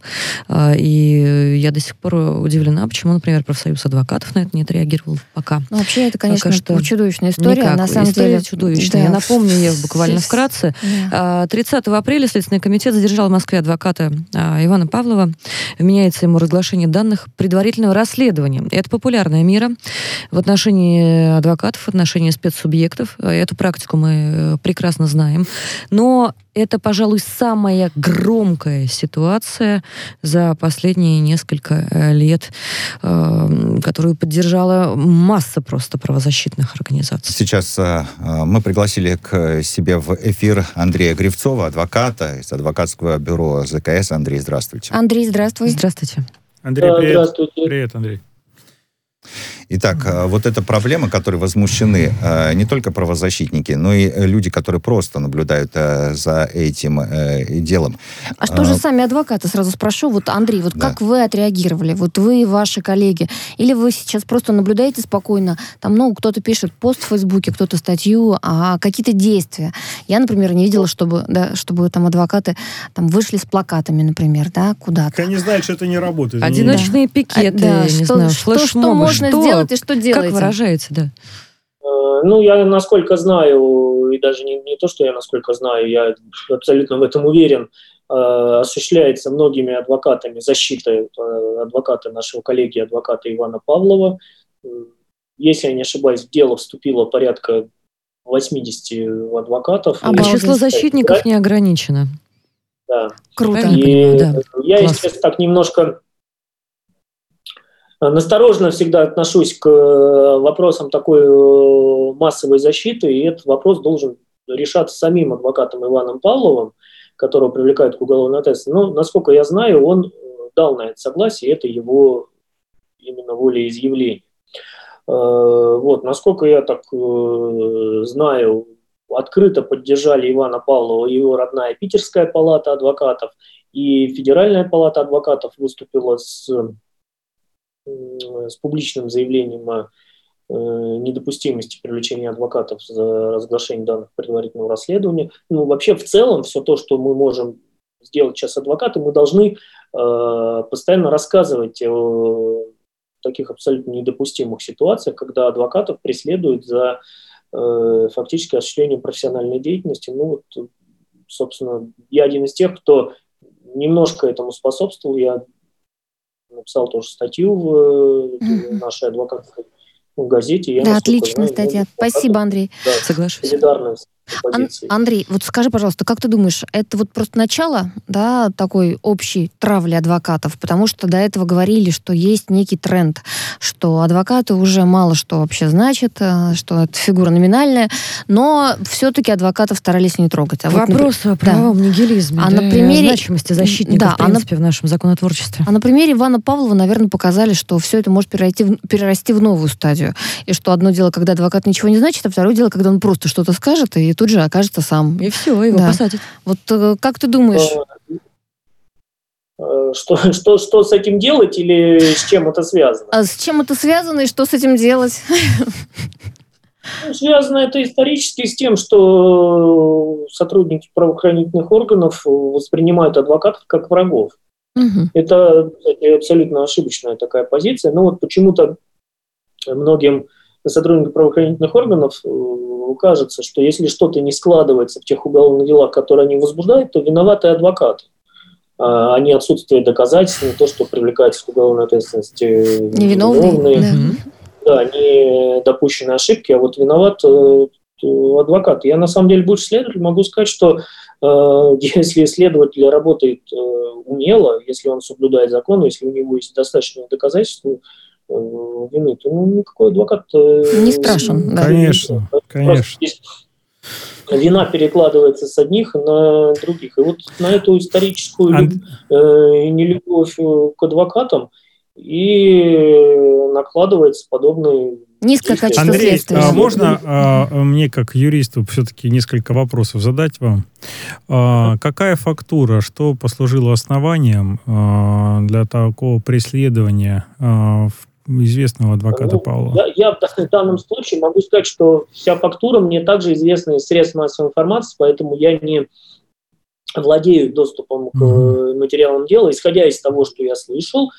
И я до сих пор удивлена, почему, например, профсоюз адвокатов на это не отреагировал пока. Ну, вообще, это, конечно, что чудовищная история. Никак. На самом История деле чудовищная. Да. Я напомню ее буквально вкратце. 30 апреля Следственный комитет задержал в Москве адвоката Ивана Павлова. Вменяется ему разглашение данных предварительного расследования. Это популярная мера в отношении адвокатов, в отношении спецсубъектов. Эту практику мы прекрасно знаем. Но это, пожалуй, самая громкая ситуация за последние несколько лет, которую поддержала масса просто правозащитных организаций. Сейчас мы пригласили к себе в эфир Андрея Гривцова, адвоката из адвокатского бюро ЗКС. Андрей, здравствуйте. Андрей, здравствуй. Здравствуйте. Андрей, привет. Здравствуйте. Привет, Андрей. Итак, вот эта проблема, которой возмущены не только правозащитники, но и люди, которые просто наблюдают за этим делом. А что же сами адвокаты? Сразу спрошу. Вот, Андрей, вот Да. как вы отреагировали? Вот вы и ваши коллеги. Или вы сейчас просто наблюдаете спокойно? Там, кто-то пишет пост в Фейсбуке, кто-то статью, а какие-то действия. Я, например, не видела, чтобы там адвокаты там вышли с плакатами, например, да, куда-то. Они знают, что это не работает. Одиночные пикеты, я не знаю, что флешмобы. можно сделать и что делаете? Как выражаете, да? Я, насколько знаю, и даже не то, что я насколько знаю, я абсолютно в этом уверен, осуществляется многими адвокатами защита адвоката нашего коллеги, адвоката Ивана Павлова. Если я не ошибаюсь, в дело вступило порядка 80 адвокатов. Число защитников не ограничено. Да. Круто. Я, естественно, так немножко настороженно всегда отношусь к вопросам такой массовой защиты, и этот вопрос должен решаться самим адвокатом Иваном Павловым, которого привлекают к уголовной ответственности. Но, насколько я знаю, он дал на это согласие, это его именно волеизъявление. Насколько я так знаю, открыто поддержали Ивана Павлова его родная Питерская палата адвокатов, и Федеральная палата адвокатов выступила с публичным заявлением о недопустимости привлечения адвокатов за разглашение данных предварительного расследования. Вообще, в целом, все то, что мы можем сделать сейчас адвокаты, мы должны постоянно рассказывать о таких абсолютно недопустимых ситуациях, когда адвокатов преследуют за фактически осуществление профессиональной деятельности. Собственно, я один из тех, кто немножко этому способствовал. Я написал тоже статью в нашей адвокатской газете. Да, отличная статья. Спасибо, Андрей. Да, соглашусь. Андрей, вот скажи, пожалуйста, как ты думаешь, это вот просто начало, да, такой общей травли адвокатов? Потому что до этого говорили, что есть некий тренд, что адвокаты уже мало что вообще значат, что это фигура номинальная, но все-таки адвокатов старались не трогать. Вопрос о правовом нигилизме, на примере значимости защитников, в принципе, в нашем законотворчестве. А на примере Ивана Павлова, наверное, показали, что все это может перерасти в новую стадию. И что одно дело, когда адвокат ничего не значит, а второе дело, когда он просто что-то скажет, и тут же окажется сам. И все, его посадят. Вот как ты думаешь? Что с этим делать или с чем это связано? А с чем это связано и что с этим делать? Связано это исторически с тем, что сотрудники правоохранительных органов воспринимают адвокатов как врагов. Это, кстати, абсолютно ошибочная такая позиция. Но почему-то многим сотрудникам правоохранительных органов кажется, что если что-то не складывается в тех уголовных делах, которые они возбуждают, то виноваты адвокаты, а не отсутствие доказательств, не то, что привлекаются к уголовной ответственности невиновные, не допущенные ошибки, а виноват адвокаты. Я на самом деле бывший следователь, могу сказать, что если следователь работает умело, если он соблюдает закон, если у него есть достаточно доказательств вины, то никакой адвокат не страшен. Да. Конечно, конечно. Вина перекладывается с одних на других. И вот на эту историческую нелюбовь к адвокатам и накладывается подобный... Низкое качество Андрей, следствия. можно мне, как юристу, все-таки несколько вопросов задать вам? Какая фактура, что послужило основанием для такого преследования известного адвоката Павлова? Я в данном случае могу сказать, что вся фактура мне также известна из средств массовой информации, поэтому я не владею доступом к материалам дела. Исходя из того, что я слышал,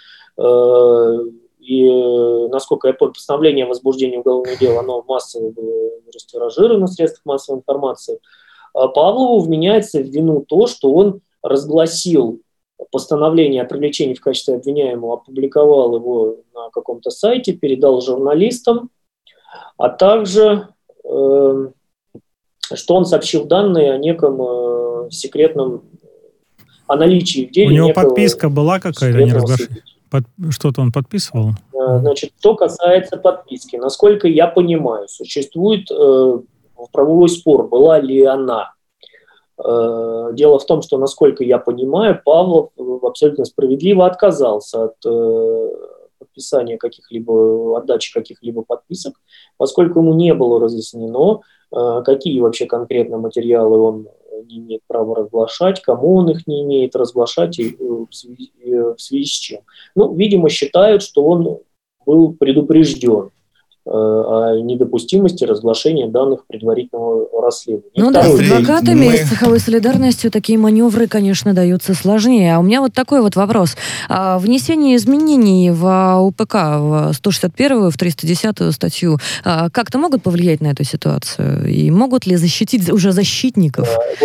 и, насколько я помню, постановление о возбуждении уголовного дела, оно массово растиражировано в средствах массовой информации, Павлову вменяется в вину то, что он разгласил постановление о привлечении в качестве обвиняемого, опубликовал его на каком-то сайте, передал журналистам, а также, что он сообщил данные о неком секретном, о наличии в деле. У него подписка была какая-то, не разглашение? Что-то он подписывал? Значит, что касается подписки, насколько я понимаю, существует правовой спор, была ли она. Дело в том, что, насколько я понимаю, Павлов абсолютно справедливо отказался от подписания каких-либо, отдачи каких-либо подписок, поскольку ему не было разъяснено, какие вообще конкретно материалы он не имеет права разглашать, кому он их не имеет разглашать и в связи с чем. Ну, видимо, считают, что он был предупрежден о недопустимости разглашения данных предварительного расследования. Ну да, с адвокатами, с цеховой солидарностью такие маневры, конечно, даются сложнее. А у меня вот такой вот вопрос. Внесение изменений в УПК в 161-ю, в 310-ю статью как-то могут повлиять на эту ситуацию? И могут ли защитить уже защитников?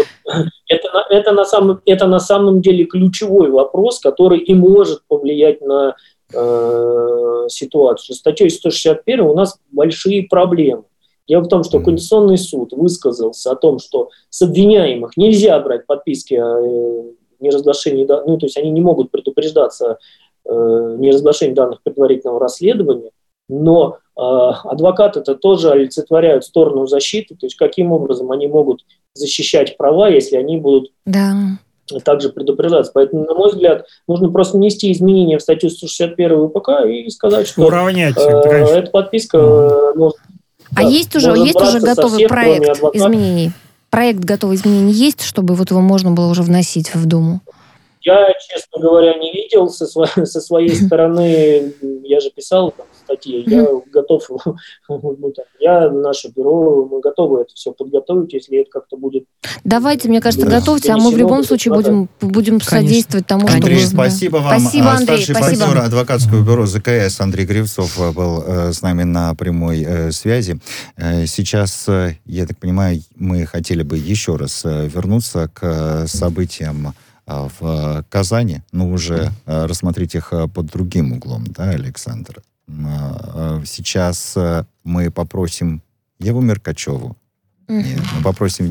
Это на самом деле ключевой вопрос, который и может повлиять на ситуацию. С статьей 161 у нас большие проблемы. Дело в том, что Конституционный суд высказался о том, что с обвиняемых нельзя брать подписки о неразглашении, ну, то есть они не могут предупреждаться о неразглашении данных предварительного расследования, но адвокаты-то тоже олицетворяют сторону защиты, то есть каким образом они могут защищать права, если они будут также предупреждаться. Поэтому, на мой взгляд, нужно просто внести изменения в статью 161 УПК и сказать, что эта подписка может... Есть уже готовый проект изменений? Проект готовых изменений есть, чтобы вот его можно было уже вносить в Думу? Я, честно говоря, не видел со своей стороны, я же писал статьи, я готов, наше бюро, мы готовы это все подготовить, если это как-то будет... Давайте, мне кажется, готовьте, а мы в любом случае будем содействовать тому, чтобы... Андрей, спасибо вам. Спасибо, Андрей. Старший партнер адвокатского бюро ЗКС Андрей Кривцов был с нами на прямой связи. Сейчас, я так понимаю, мы хотели бы еще раз вернуться к событиям в Казани, но уже рассмотреть их под другим углом, да, Александр? Сейчас мы попросим Еву Меркачеву, мы попросим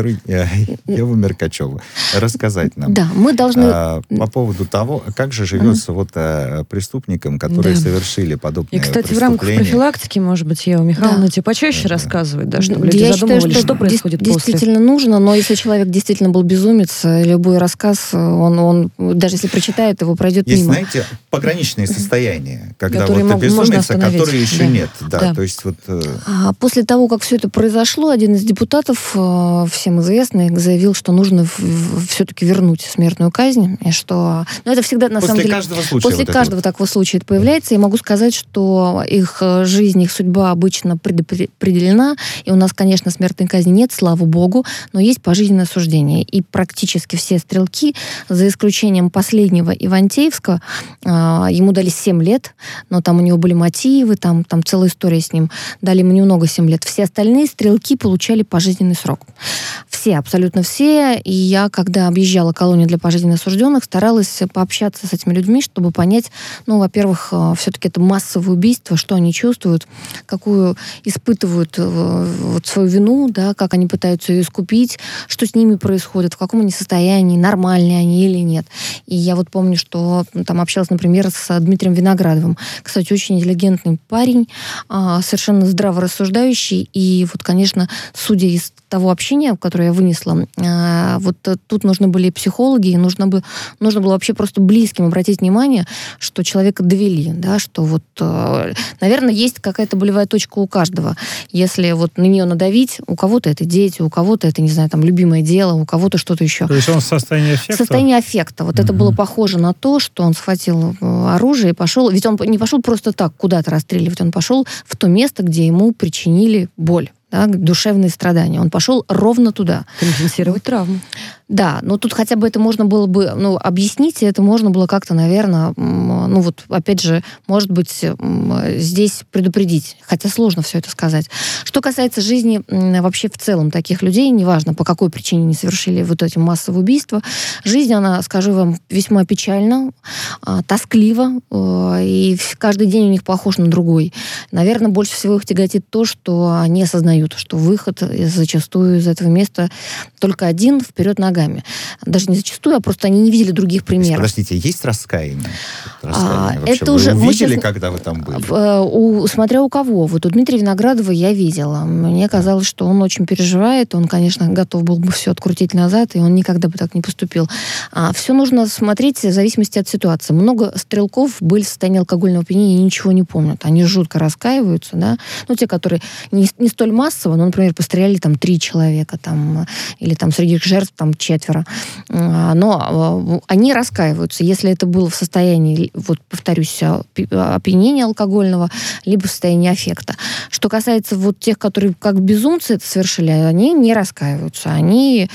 Еву Меркачеву рассказать нам мы должны... по поводу того, как же живется преступникам, которые совершили подобное преступление. И, кстати, в рамках профилактики, может быть, Ева Михайловна почаще рассказывать, чтобы люди задумывались, что происходит после. Действительно нужно, но если человек действительно был безумец, любой рассказ, он даже если прочитает, его пройдет мимо. Есть, знаете, пограничные состояния, когда вот безумец, а которые еще нет. Да, то есть вот... После того, как все это произошло, один из депутатов, всем известный, заявил, что нужно все-таки вернуть смертную казнь, и что... Но это всегда, на самом деле... После каждого такого случая это появляется, и могу сказать, что их жизнь, их судьба обычно предопределена, и у нас, конечно, смертной казни нет, слава богу, но есть пожизненное осуждение. И практически все стрелки, за исключением последнего Ивантеевского, ему дали 7 лет, но там у него были мотивы, там целая история с ним, дали ему немного 7 лет. Все остальные стрелки получали получали пожизненный срок. Все, абсолютно все. И я, когда объезжала колонию для пожизненно осужденных, старалась пообщаться с этими людьми, чтобы понять, ну, во-первых, все-таки это массовое убийство, что они чувствуют, какую испытывают вот свою вину, да, как они пытаются ее искупить, что с ними происходит, в каком они состоянии, нормальные они или нет. И я вот помню, что там общалась, например, с Дмитрием Виноградовым. Кстати, очень интеллигентный парень, совершенно здраво рассуждающий. И вот, конечно, судя из того общения, которое я вынесла, вот тут нужны были психологи, и нужно было вообще просто близким обратить внимание, что человека довели, да, что вот, наверное, есть какая-то болевая точка у каждого. Если вот на нее надавить, у кого-то это дети, у кого-то это, не знаю, там, любимое дело, у кого-то что-то еще. То есть он в состоянии аффекта? В состоянии аффекта. Вот это было похоже на то, что он схватил оружие и пошел, ведь он не пошел просто так куда-то расстреливать, он пошел в то место, где ему причинили боль. Да, душевные страдания. Он пошел ровно туда. Компенсировать травму. Да, но тут хотя бы это можно было бы, объяснить, и это можно было как-то, наверное, вот, опять же, может быть, здесь предупредить. Хотя сложно все это сказать. Что касается жизни вообще в целом таких людей, неважно, по какой причине они совершили вот эти массовые убийства, жизнь, она, скажу вам, весьма печальна, тосклива, и каждый день у них похож на другой. Наверное, больше всего их тяготит то, что они осознают, что выход зачастую из этого места только один — вперед ногами. Даже не зачастую, а просто они не видели других примеров. Подождите, есть раскаяние? Это уже вы увидели, когда вы там были? Смотря у кого. Вот у Дмитрия Виноградова я видела. Мне казалось, что он очень переживает. Он, конечно, готов был бы все открутить назад, и он никогда бы так не поступил. Все нужно смотреть в зависимости от ситуации. Много стрелков были в состоянии алкогольного опьянения и ничего не помнят. Они жутко раскаиваются, да. Ну, те, которые не столь массово, но, например, постреляли там 3 человека, там, или там среди жертв там 4. Но они раскаиваются, если это было в состоянии, вот, повторюсь, опьянения алкогольного, либо в состоянии аффекта. Что касается вот тех, которые как безумцы это совершили, они не раскаиваются. Они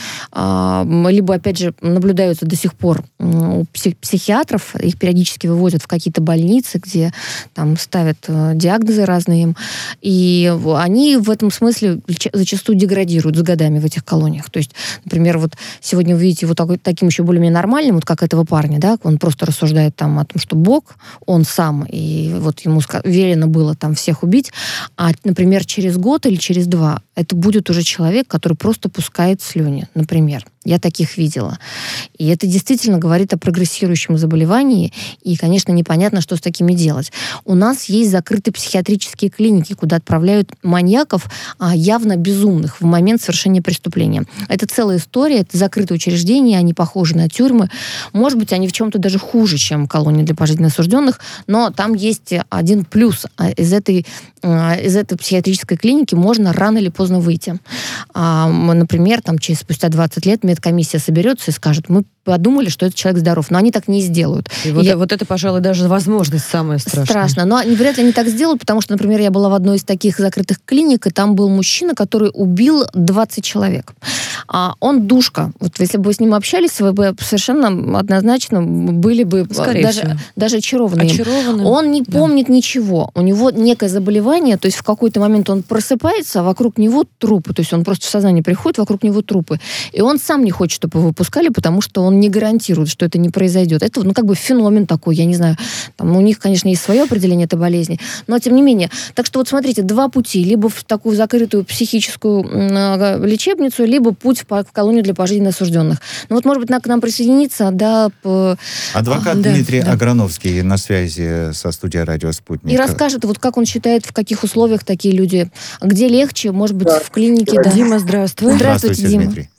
либо, опять же, наблюдаются до сих пор у психиатров, их периодически вывозят в какие-то больницы, где там ставят диагнозы разные им, и они в этом смысле зачастую деградируют с годами в этих колониях. То есть, например, вот сегодня вы видите его таким еще более-менее нормальным, вот как этого парня, да, он просто рассуждает там о том, что Бог, он сам, и вот ему велено было там всех убить, а, например, через год или через 2 это будет уже человек, который просто пускает слюни, например. Я таких видела. И это действительно говорит о прогрессирующем заболевании, и, конечно, непонятно, что с такими делать. У нас есть закрытые психиатрические клиники, куда отправляют маньяков, явно безумных, в момент совершения преступления. Это целая история, это закрытые учреждения, они похожи на тюрьмы. Может быть, они в чем-то даже хуже, чем колония для пожизненно осужденных, но там есть один плюс. Из этой психиатрической клиники можно рано или поздно выйти. Например, там, спустя 20 лет медкомиссия соберется и скажет, мы подумали, что этот человек здоров, но они так не сделают. И вот это, пожалуй, даже возможность самая страшная. Страшно, но вряд ли они так сделают, потому что, например, я была в одной из таких закрытых клиник, и там был мужчина, который убил 20 человек. Он душка. Вот если бы вы с ним общались, вы бы совершенно однозначно были бы даже очарованы. Он не помнит ничего. У него некое заболевание, то есть в какой-то момент он просыпается, а вокруг него трупы. То есть он просто в сознание приходит, вокруг него трупы. И он сам не хочет, чтобы его выпускали, потому что он не гарантирует, что это не произойдет. Это, как бы феномен такой, я не знаю. Там у них, конечно, есть свое определение этой болезни, но тем не менее. Так что вот смотрите, 2 пути. Либо в такую закрытую психическую лечебницу, либо путь в колонию для пожизненно осужденных. Ну вот, может быть, к нам присоединиться, да. Адвокат Дмитрий Аграновский на связи со студией «Радио Спутник». И расскажет, вот как он считает, в каких условиях такие люди, где легче, может быть, в клинике. Да. Дима, здравствуй. Здравствуйте, Дима. Дмитрий.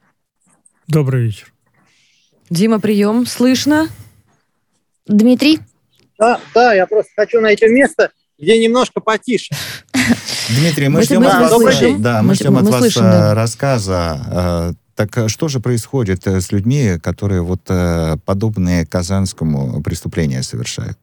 Добрый вечер. Дима, прием. Слышно? Дмитрий? Да, я просто хочу найти место, где немножко потише. Дмитрий, мы ждем от вас рассказа. Так что же происходит с людьми, которые вот подобные Казанскому преступления совершают?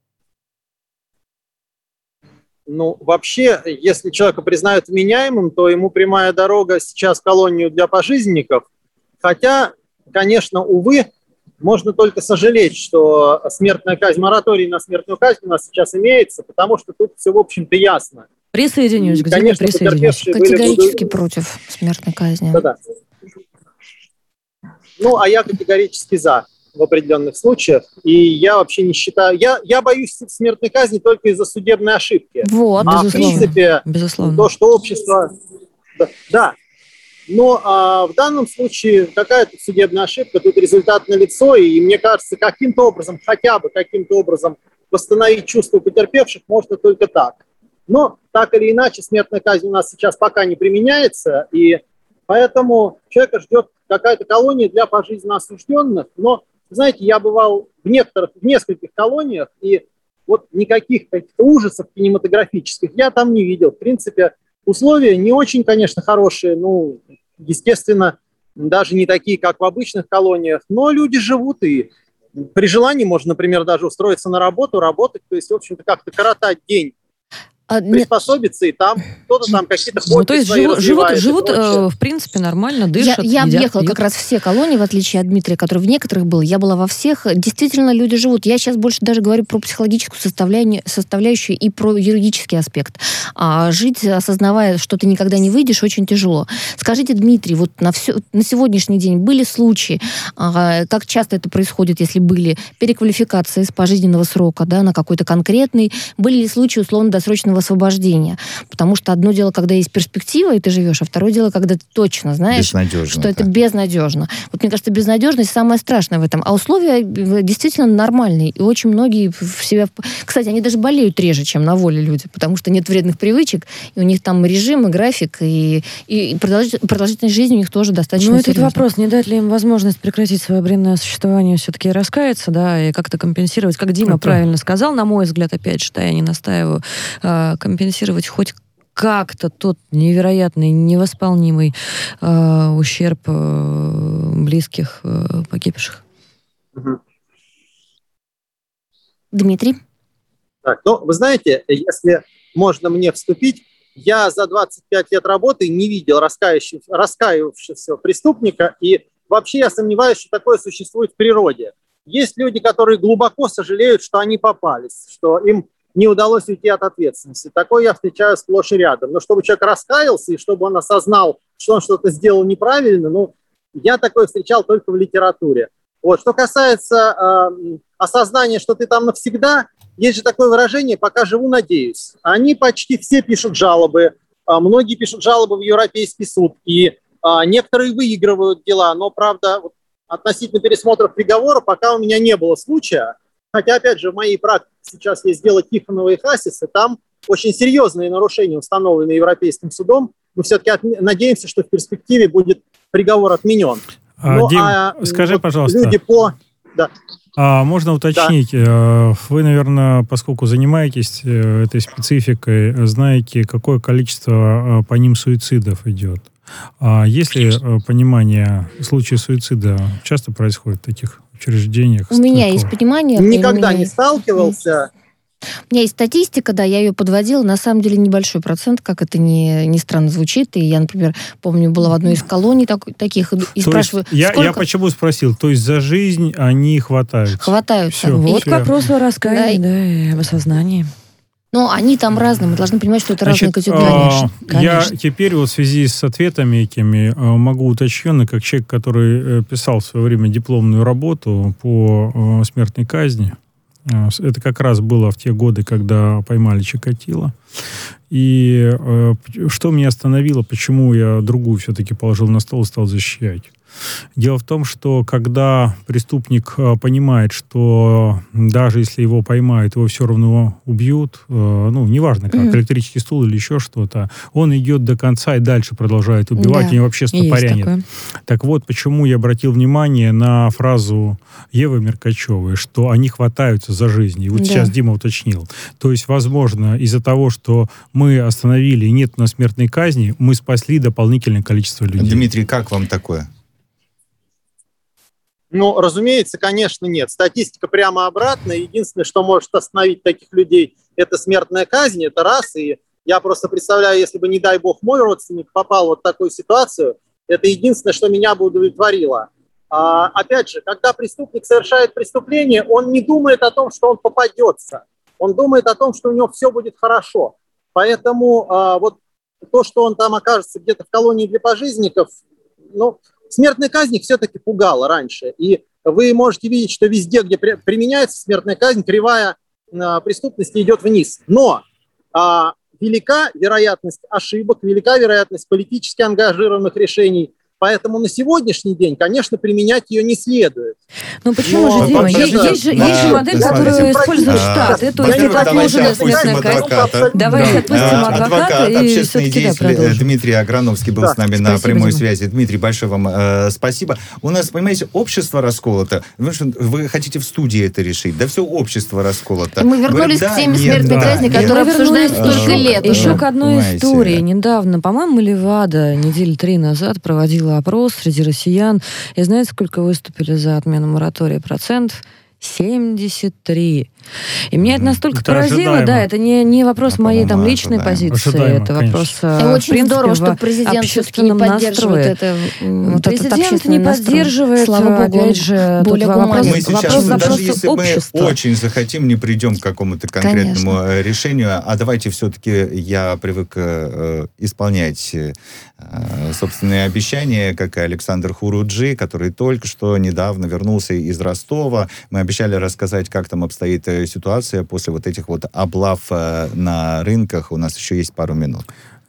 Ну, вообще, если человека признают вменяемым, то ему прямая дорога сейчас в колонию для пожизненников. Хотя, конечно, увы, можно только сожалеть, что смертная казнь, мораторий на смертную казнь у нас сейчас имеется, потому что тут все, в общем-то, ясно. Присоединюсь, где конечно, присоединюсь. Категорически против смертной казни. Да-да. Ну, а я категорически за в определенных случаях. И я вообще не считаю... Я боюсь смертной казни только из-за судебной ошибки. Вот, в принципе, безусловно. то, что общество... Да. Но в данном случае какая-то судебная ошибка, тут результат налицо, и мне кажется, каким-то образом, хотя бы каким-то образом восстановить чувства потерпевших можно только так. Но так или иначе смертная казнь у нас сейчас пока не применяется, и поэтому человека ждет какая-то колония для пожизненно осужденных. Но, знаете, я бывал в нескольких колониях, и вот никаких каких-то ужасов кинематографических я там не видел. В принципе, условия не очень, конечно, хорошие, ну, естественно, даже не такие, как в обычных колониях, но люди живут, и при желании можно, например, даже устроиться на работу, работать, то есть, в общем-то, как-то коротать день, приспособиться, и там кто-то там какие-то хобби то есть свои живут в принципе, нормально, дышат, Я едят, объехала пьют. как раз все колонии, в отличие от Дмитрия, который в некоторых был. Я была во всех. Действительно, люди живут. Я сейчас больше даже говорю про психологическую составляющую и про юридический аспект. Жить, осознавая, что ты никогда не выйдешь, очень тяжело. Скажите, Дмитрий, вот на сегодняшний день были случаи, как часто это происходит, если были переквалификации с пожизненного срока, да, на какой-то конкретный, были ли случаи условно-досрочного освобождения? Потому что одно дело, когда есть перспектива, и ты живешь, а второе дело, когда ты точно знаешь, что это безнадежно. Вот мне кажется, безнадежность самое страшное в этом. А условия действительно нормальные. И очень многие в себя... Кстати, они даже болеют реже, чем на воле люди, потому что нет вредных привычек, и у них там режим, и график, и продолжительность жизни у них тоже достаточно этот серьезная. вопрос, не дать ли им возможность прекратить свое бренное существование, все-таки раскаяться, да, и как-то компенсировать, как Дима правильно сказал, на мой взгляд, опять же, да, я не настаиваю, компенсировать хоть как-то тот невероятный, невосполнимый ущерб близких погибших. Дмитрий? Так, ну, вы знаете, если можно мне вступить, я за 25 лет работы не видел раскаивавшегося преступника, и вообще я сомневаюсь, что такое существует в природе. Есть люди, которые глубоко сожалеют, что они попались, что им не удалось уйти от ответственности. Такое я встречаю сплошь и рядом. Но чтобы человек раскаялся и чтобы он осознал, что он что-то сделал неправильно, ну, я такое встречал только в литературе. Вот. Что касается осознания, что ты там навсегда, есть же такое выражение «пока живу, надеюсь». Они почти все пишут жалобы, многие пишут жалобы в Европейский суд, и некоторые выигрывают дела, но, правда, вот, относительно пересмотров приговора пока у меня не было случая. Хотя, опять же, в моей практике сейчас есть дело Тихонова и Хасиса, там очень серьезные нарушения установлены Европейским судом. Мы все-таки надеемся, что в перспективе будет приговор отменен. Дим, скажи, пожалуйста, люди можно уточнить, вы, наверное, поскольку занимаетесь этой спецификой, знаете, какое количество по ним суицидов идет? Есть ли понимание, случаи суицида часто происходят в таких учреждениях? У меня есть понимание. Никогда не сталкивался. У меня есть статистика, да, я ее подводила. На самом деле небольшой процент, как это ни странно звучит. И я, например, помню, была в одной из колоний таких, и спрашиваю, я почему спросил? То есть за жизнь они хватаются? Хватаются. Все, вот к вопросу о раскаянии, да, и об осознании. Но они там разные, мы должны понимать, что это разные категории. Я теперь вот в связи с ответами этими могу уточненно, как человек, который писал в свое время дипломную работу по смертной казни, это как раз было в те годы, когда поймали Чикатило. И что меня остановило, почему я другую все-таки положил на стол и стал защищать? Дело в том, что когда преступник понимает, что даже если его поймают, его все равно убьют, ну, неважно как, электрический стул или еще что-то, он идет до конца и дальше продолжает убивать, и вообще стопорянит. Такое. Так вот, почему я обратил внимание на фразу Евы Меркачевой, что они хватаются за жизнь. И вот сейчас Дима уточнил. То есть, возможно, из-за того, что мы остановили и нет у нас смертной казни, мы спасли дополнительное количество людей. Дмитрий, как вам такое? Ну, разумеется, конечно, нет. Статистика прямо обратная. Единственное, что может остановить таких людей, это смертная казнь, это раз. И я просто представляю, если бы, не дай бог, мой родственник попал в вот такую ситуацию, это единственное, что меня бы удовлетворило. Опять же, когда преступник совершает преступление, он не думает о том, что он попадется. Он думает о том, что у него все будет хорошо. Поэтому вот то, что он там окажется где-то в колонии для пожизненников, ну, смертная казнь их все-таки пугала раньше. И вы можете видеть, что везде, где применяется смертная казнь, кривая преступности идет вниз. Но велика вероятность ошибок, велика вероятность политически ангажированных решений. Поэтому на сегодняшний день, конечно, применять ее не следует. Ну почему же, Дима? Есть же модель, которую использует Штаты. То есть это отложенная смертная казнь. Давайте отпустим адвоката и все-таки продолжим. Дмитрий Аграновский был с нами на прямой связи. Дмитрий, большое вам спасибо. У нас, понимаете, общество расколото. Вы хотите в студии это решить? Да все общество расколото. Мы вернулись к теме смертной казни, которую обсуждаем столько лет. Еще к одной истории. Недавно, по-моему, Левада недели 3 назад проводила опрос среди россиян. И знаете, сколько выступили за отмену моратория процентов? 73. И меня это настолько поразило, да, это не вопрос моей там личной позиции, это вопрос, очень здорово, что президент все-таки не поддерживает это. Президент не поддерживает, слава богу, опять же, более вопрос мы сейчас, даже если общества. мы очень захотим, не придем к какому-то конкретному решению, а давайте все-таки, я привык исполнять собственные обещания, как и Александр Хуруджи, который только что недавно вернулся из Ростова. Мы обещали рассказать, как там обстоит ситуация после вот этих вот облав на рынках. У нас еще есть пару минут.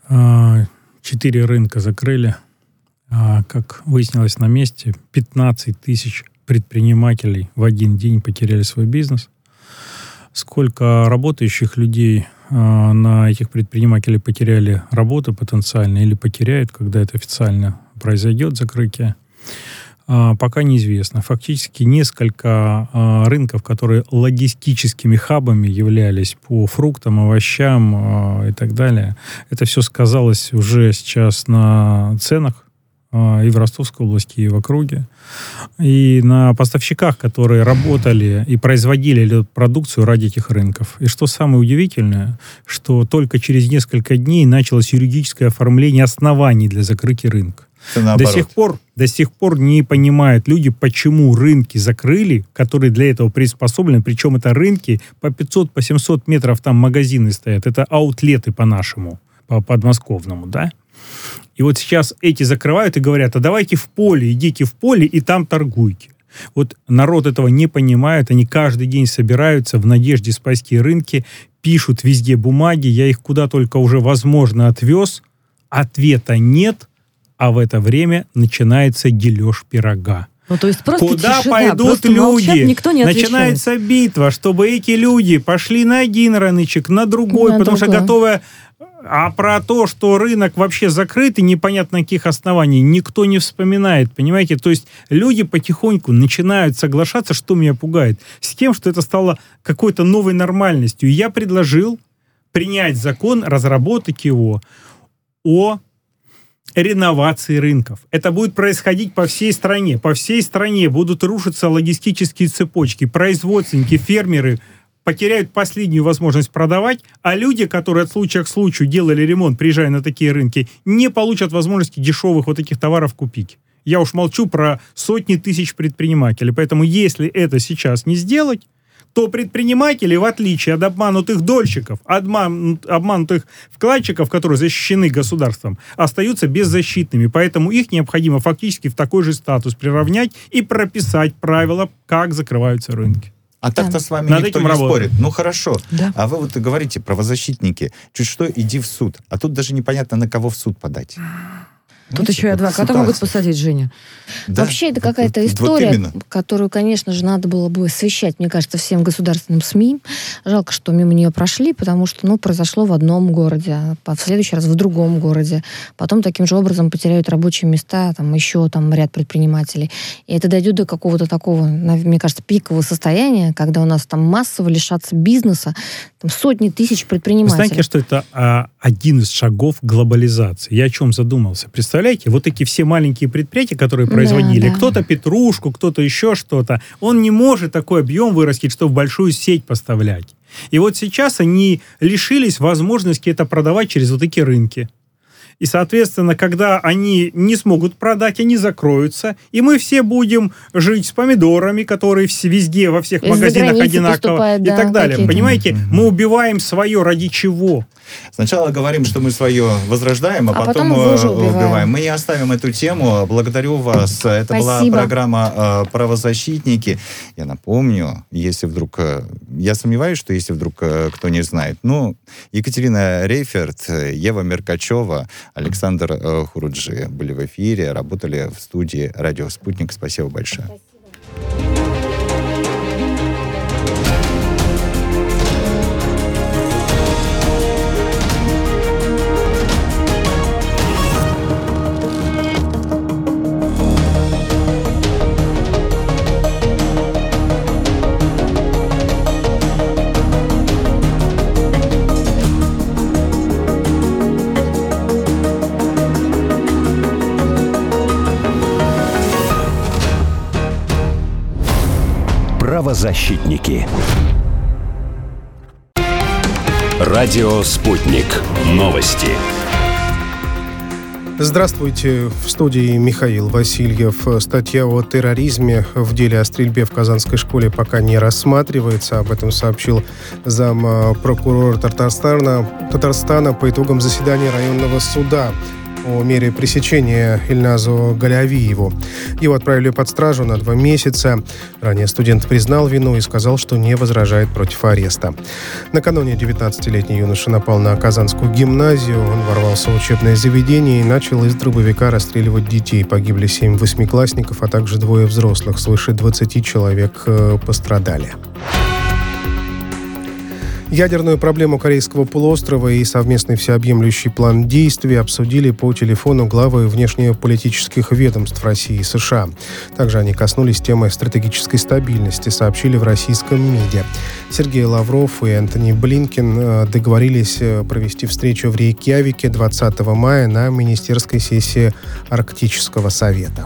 4 рынка закрыли. Как выяснилось на месте, 15 тысяч предпринимателей в один день потеряли свой бизнес. Сколько работающих людей на этих предпринимателей потеряли работу потенциально или потеряют, когда это официально произойдет, закрытие, пока неизвестно. Фактически несколько рынков, которые логистическими хабами являлись по фруктам, овощам и так далее, это все сказалось уже сейчас на ценах и в Ростовской области, и в округе, и на поставщиках, которые работали и производили эту продукцию ради этих рынков. И что самое удивительное, что только через несколько дней началось юридическое оформление оснований для закрытия рынка. До сих пор не понимают люди, почему рынки закрыли, которые для этого приспособлены, причем это рынки по 500, по 700 метров там магазины стоят, это аутлеты по-нашему, по подмосковному, да? И вот сейчас эти закрывают и говорят, а давайте в поле, идите в поле и там торгуйте. Вот народ этого не понимает, они каждый день собираются в надежде спасти рынки, пишут везде бумаги, я их куда только уже возможно отвез, ответа нет, а в это время начинается дележ пирога. Ну, то есть просто куда тишина, пойдут люди? Молчат, никто не начинается битва, чтобы эти люди пошли на один рыночек, на другой, потому что готовы. А про то, что рынок вообще закрыт и непонятно на каких основаниях, никто не вспоминает, понимаете? То есть люди потихоньку начинают соглашаться, что меня пугает, с тем, что это стало какой-то новой нормальностью. И я предложил принять закон, разработать его о реновации рынков. Это будет происходить по всей стране. По всей стране будут рушиться логистические цепочки. Производственники, фермеры потеряют последнюю возможность продавать, а люди, которые от случая к случаю делали ремонт, приезжая на такие рынки, не получат возможности дешевых вот таких товаров купить. Я уж молчу про сотни тысяч предпринимателей. Поэтому если это сейчас не сделать, то предприниматели, в отличие от обманутых дольщиков, обманутых вкладчиков, которые защищены государством, остаются беззащитными. Поэтому их необходимо фактически в такой же статус приравнять и прописать правила, как закрываются рынки. А так-то с вами никто не спорит. Ну хорошо. Да. А вы вот говорите, правозащитники, чуть что, иди в суд. А тут даже непонятно, на кого в суд подать. Тут еще и адвоката могут посадить, Женя. Да? Вообще это какая-то история, которую, конечно же, надо было бы освещать, мне кажется, всем государственным СМИ. Жалко, что мимо нее прошли, потому что, произошло в одном городе, а в следующий раз в другом городе. Потом таким же образом потеряют рабочие места, еще ряд предпринимателей. И это дойдет до какого-то такого, мне кажется, пикового состояния, когда у нас там массово лишатся бизнеса сотни тысяч предпринимателей. Вы знаете, что это один из шагов глобализации? Я о чем задумался? Представляете, вот эти все маленькие предприятия, которые производили, кто-то петрушку, кто-то еще что-то, он не может такой объем вырастить, чтобы в большую сеть поставлять. И вот сейчас они лишились возможности это продавать через вот такие рынки. И, соответственно, когда они не смогут продать, они закроются, и мы все будем жить с помидорами, которые везде, во всех магазинах одинаково, и так далее. Понимаете, мы убиваем свое ради чего? Сначала говорим, что мы свое возрождаем, а потом убиваем. Мы не оставим эту тему. Благодарю вас. Это была программа «Правозащитники». Я напомню, если вдруг... Я сомневаюсь, что если вдруг кто не знает. Екатерина Рейферт, Ева Меркачева, Александр Хуруджи были в эфире, работали в студии «Радио Спутник». Спасибо большое. Правозащитники. Радио «Спутник». Новости. Здравствуйте. В студии Михаил Васильев. Статья о терроризме в деле о стрельбе в Казанской школе пока не рассматривается. Об этом сообщил зампрокурора Татарстана по итогам заседания районного суда о мере пресечения Ильназу Галявиеву. Его отправили под стражу на 2 месяца. Ранее студент признал вину и сказал, что не возражает против ареста. Накануне 19-летний юноша напал на Казанскую гимназию. Он ворвался в учебное заведение и начал из дробовика расстреливать детей. Погибли 7 восьмиклассников, а также 2 взрослых. Свыше 20 человек пострадали. Ядерную проблему Корейского полуострова и совместный всеобъемлющий план действий обсудили по телефону главы внешнеполитических ведомств России и США. Также они коснулись темы стратегической стабильности, сообщили в российском МИДе. Сергей Лавров и Энтони Блинкен договорились провести встречу в Рейкьявике 20 мая на министерской сессии Арктического совета.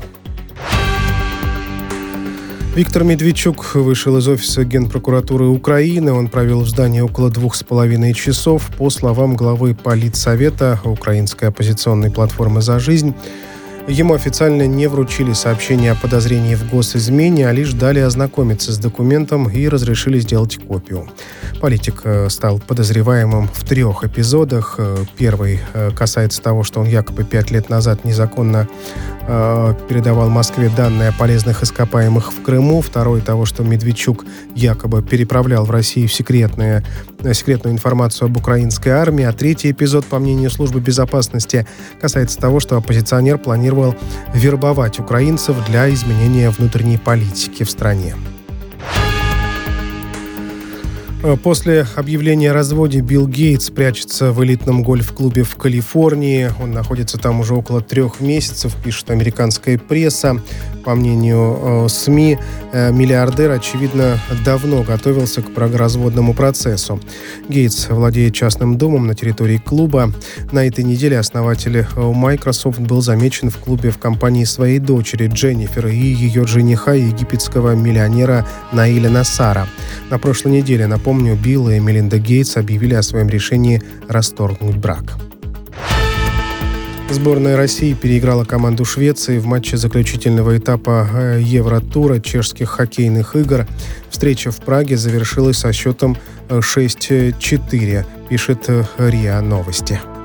Виктор Медведчук вышел из офиса Генпрокуратуры Украины. Он провел в здании около 2,5 часов. По словам главы Политсовета украинской оппозиционной платформы «За жизнь», ему официально не вручили сообщение о подозрении в госизмене, а лишь дали ознакомиться с документом и разрешили сделать копию. Политик стал подозреваемым в 3 эпизодах. Первый касается того, что он якобы 5 лет назад незаконно передавал Москве данные о полезных ископаемых в Крыму. Второй того, что Медведчук якобы переправлял в Россию секретную информацию об украинской армии. А третий эпизод, по мнению службы безопасности, касается того, что оппозиционер планировал вербовать украинцев для изменения внутренней политики в стране. После объявления о разводе Билл Гейтс прячется в элитном гольф-клубе в Калифорнии. Он находится там уже около 3 месяцев, пишет американская пресса. По мнению СМИ, миллиардер, очевидно, давно готовился к бракоразводному процессу. Гейтс владеет частным домом на территории клуба. На этой неделе основатель Microsoft был замечен в клубе в компании своей дочери Дженнифер и ее жениха, египетского миллионера Наиля Насара. На прошлой неделе, напомню, Билл и Мелинда Гейтс объявили о своем решении расторгнуть брак. Сборная России переиграла команду Швеции в матче заключительного этапа Евротура чешских хоккейных игр. Встреча в Праге завершилась со счетом 6-4, пишет РИА Новости.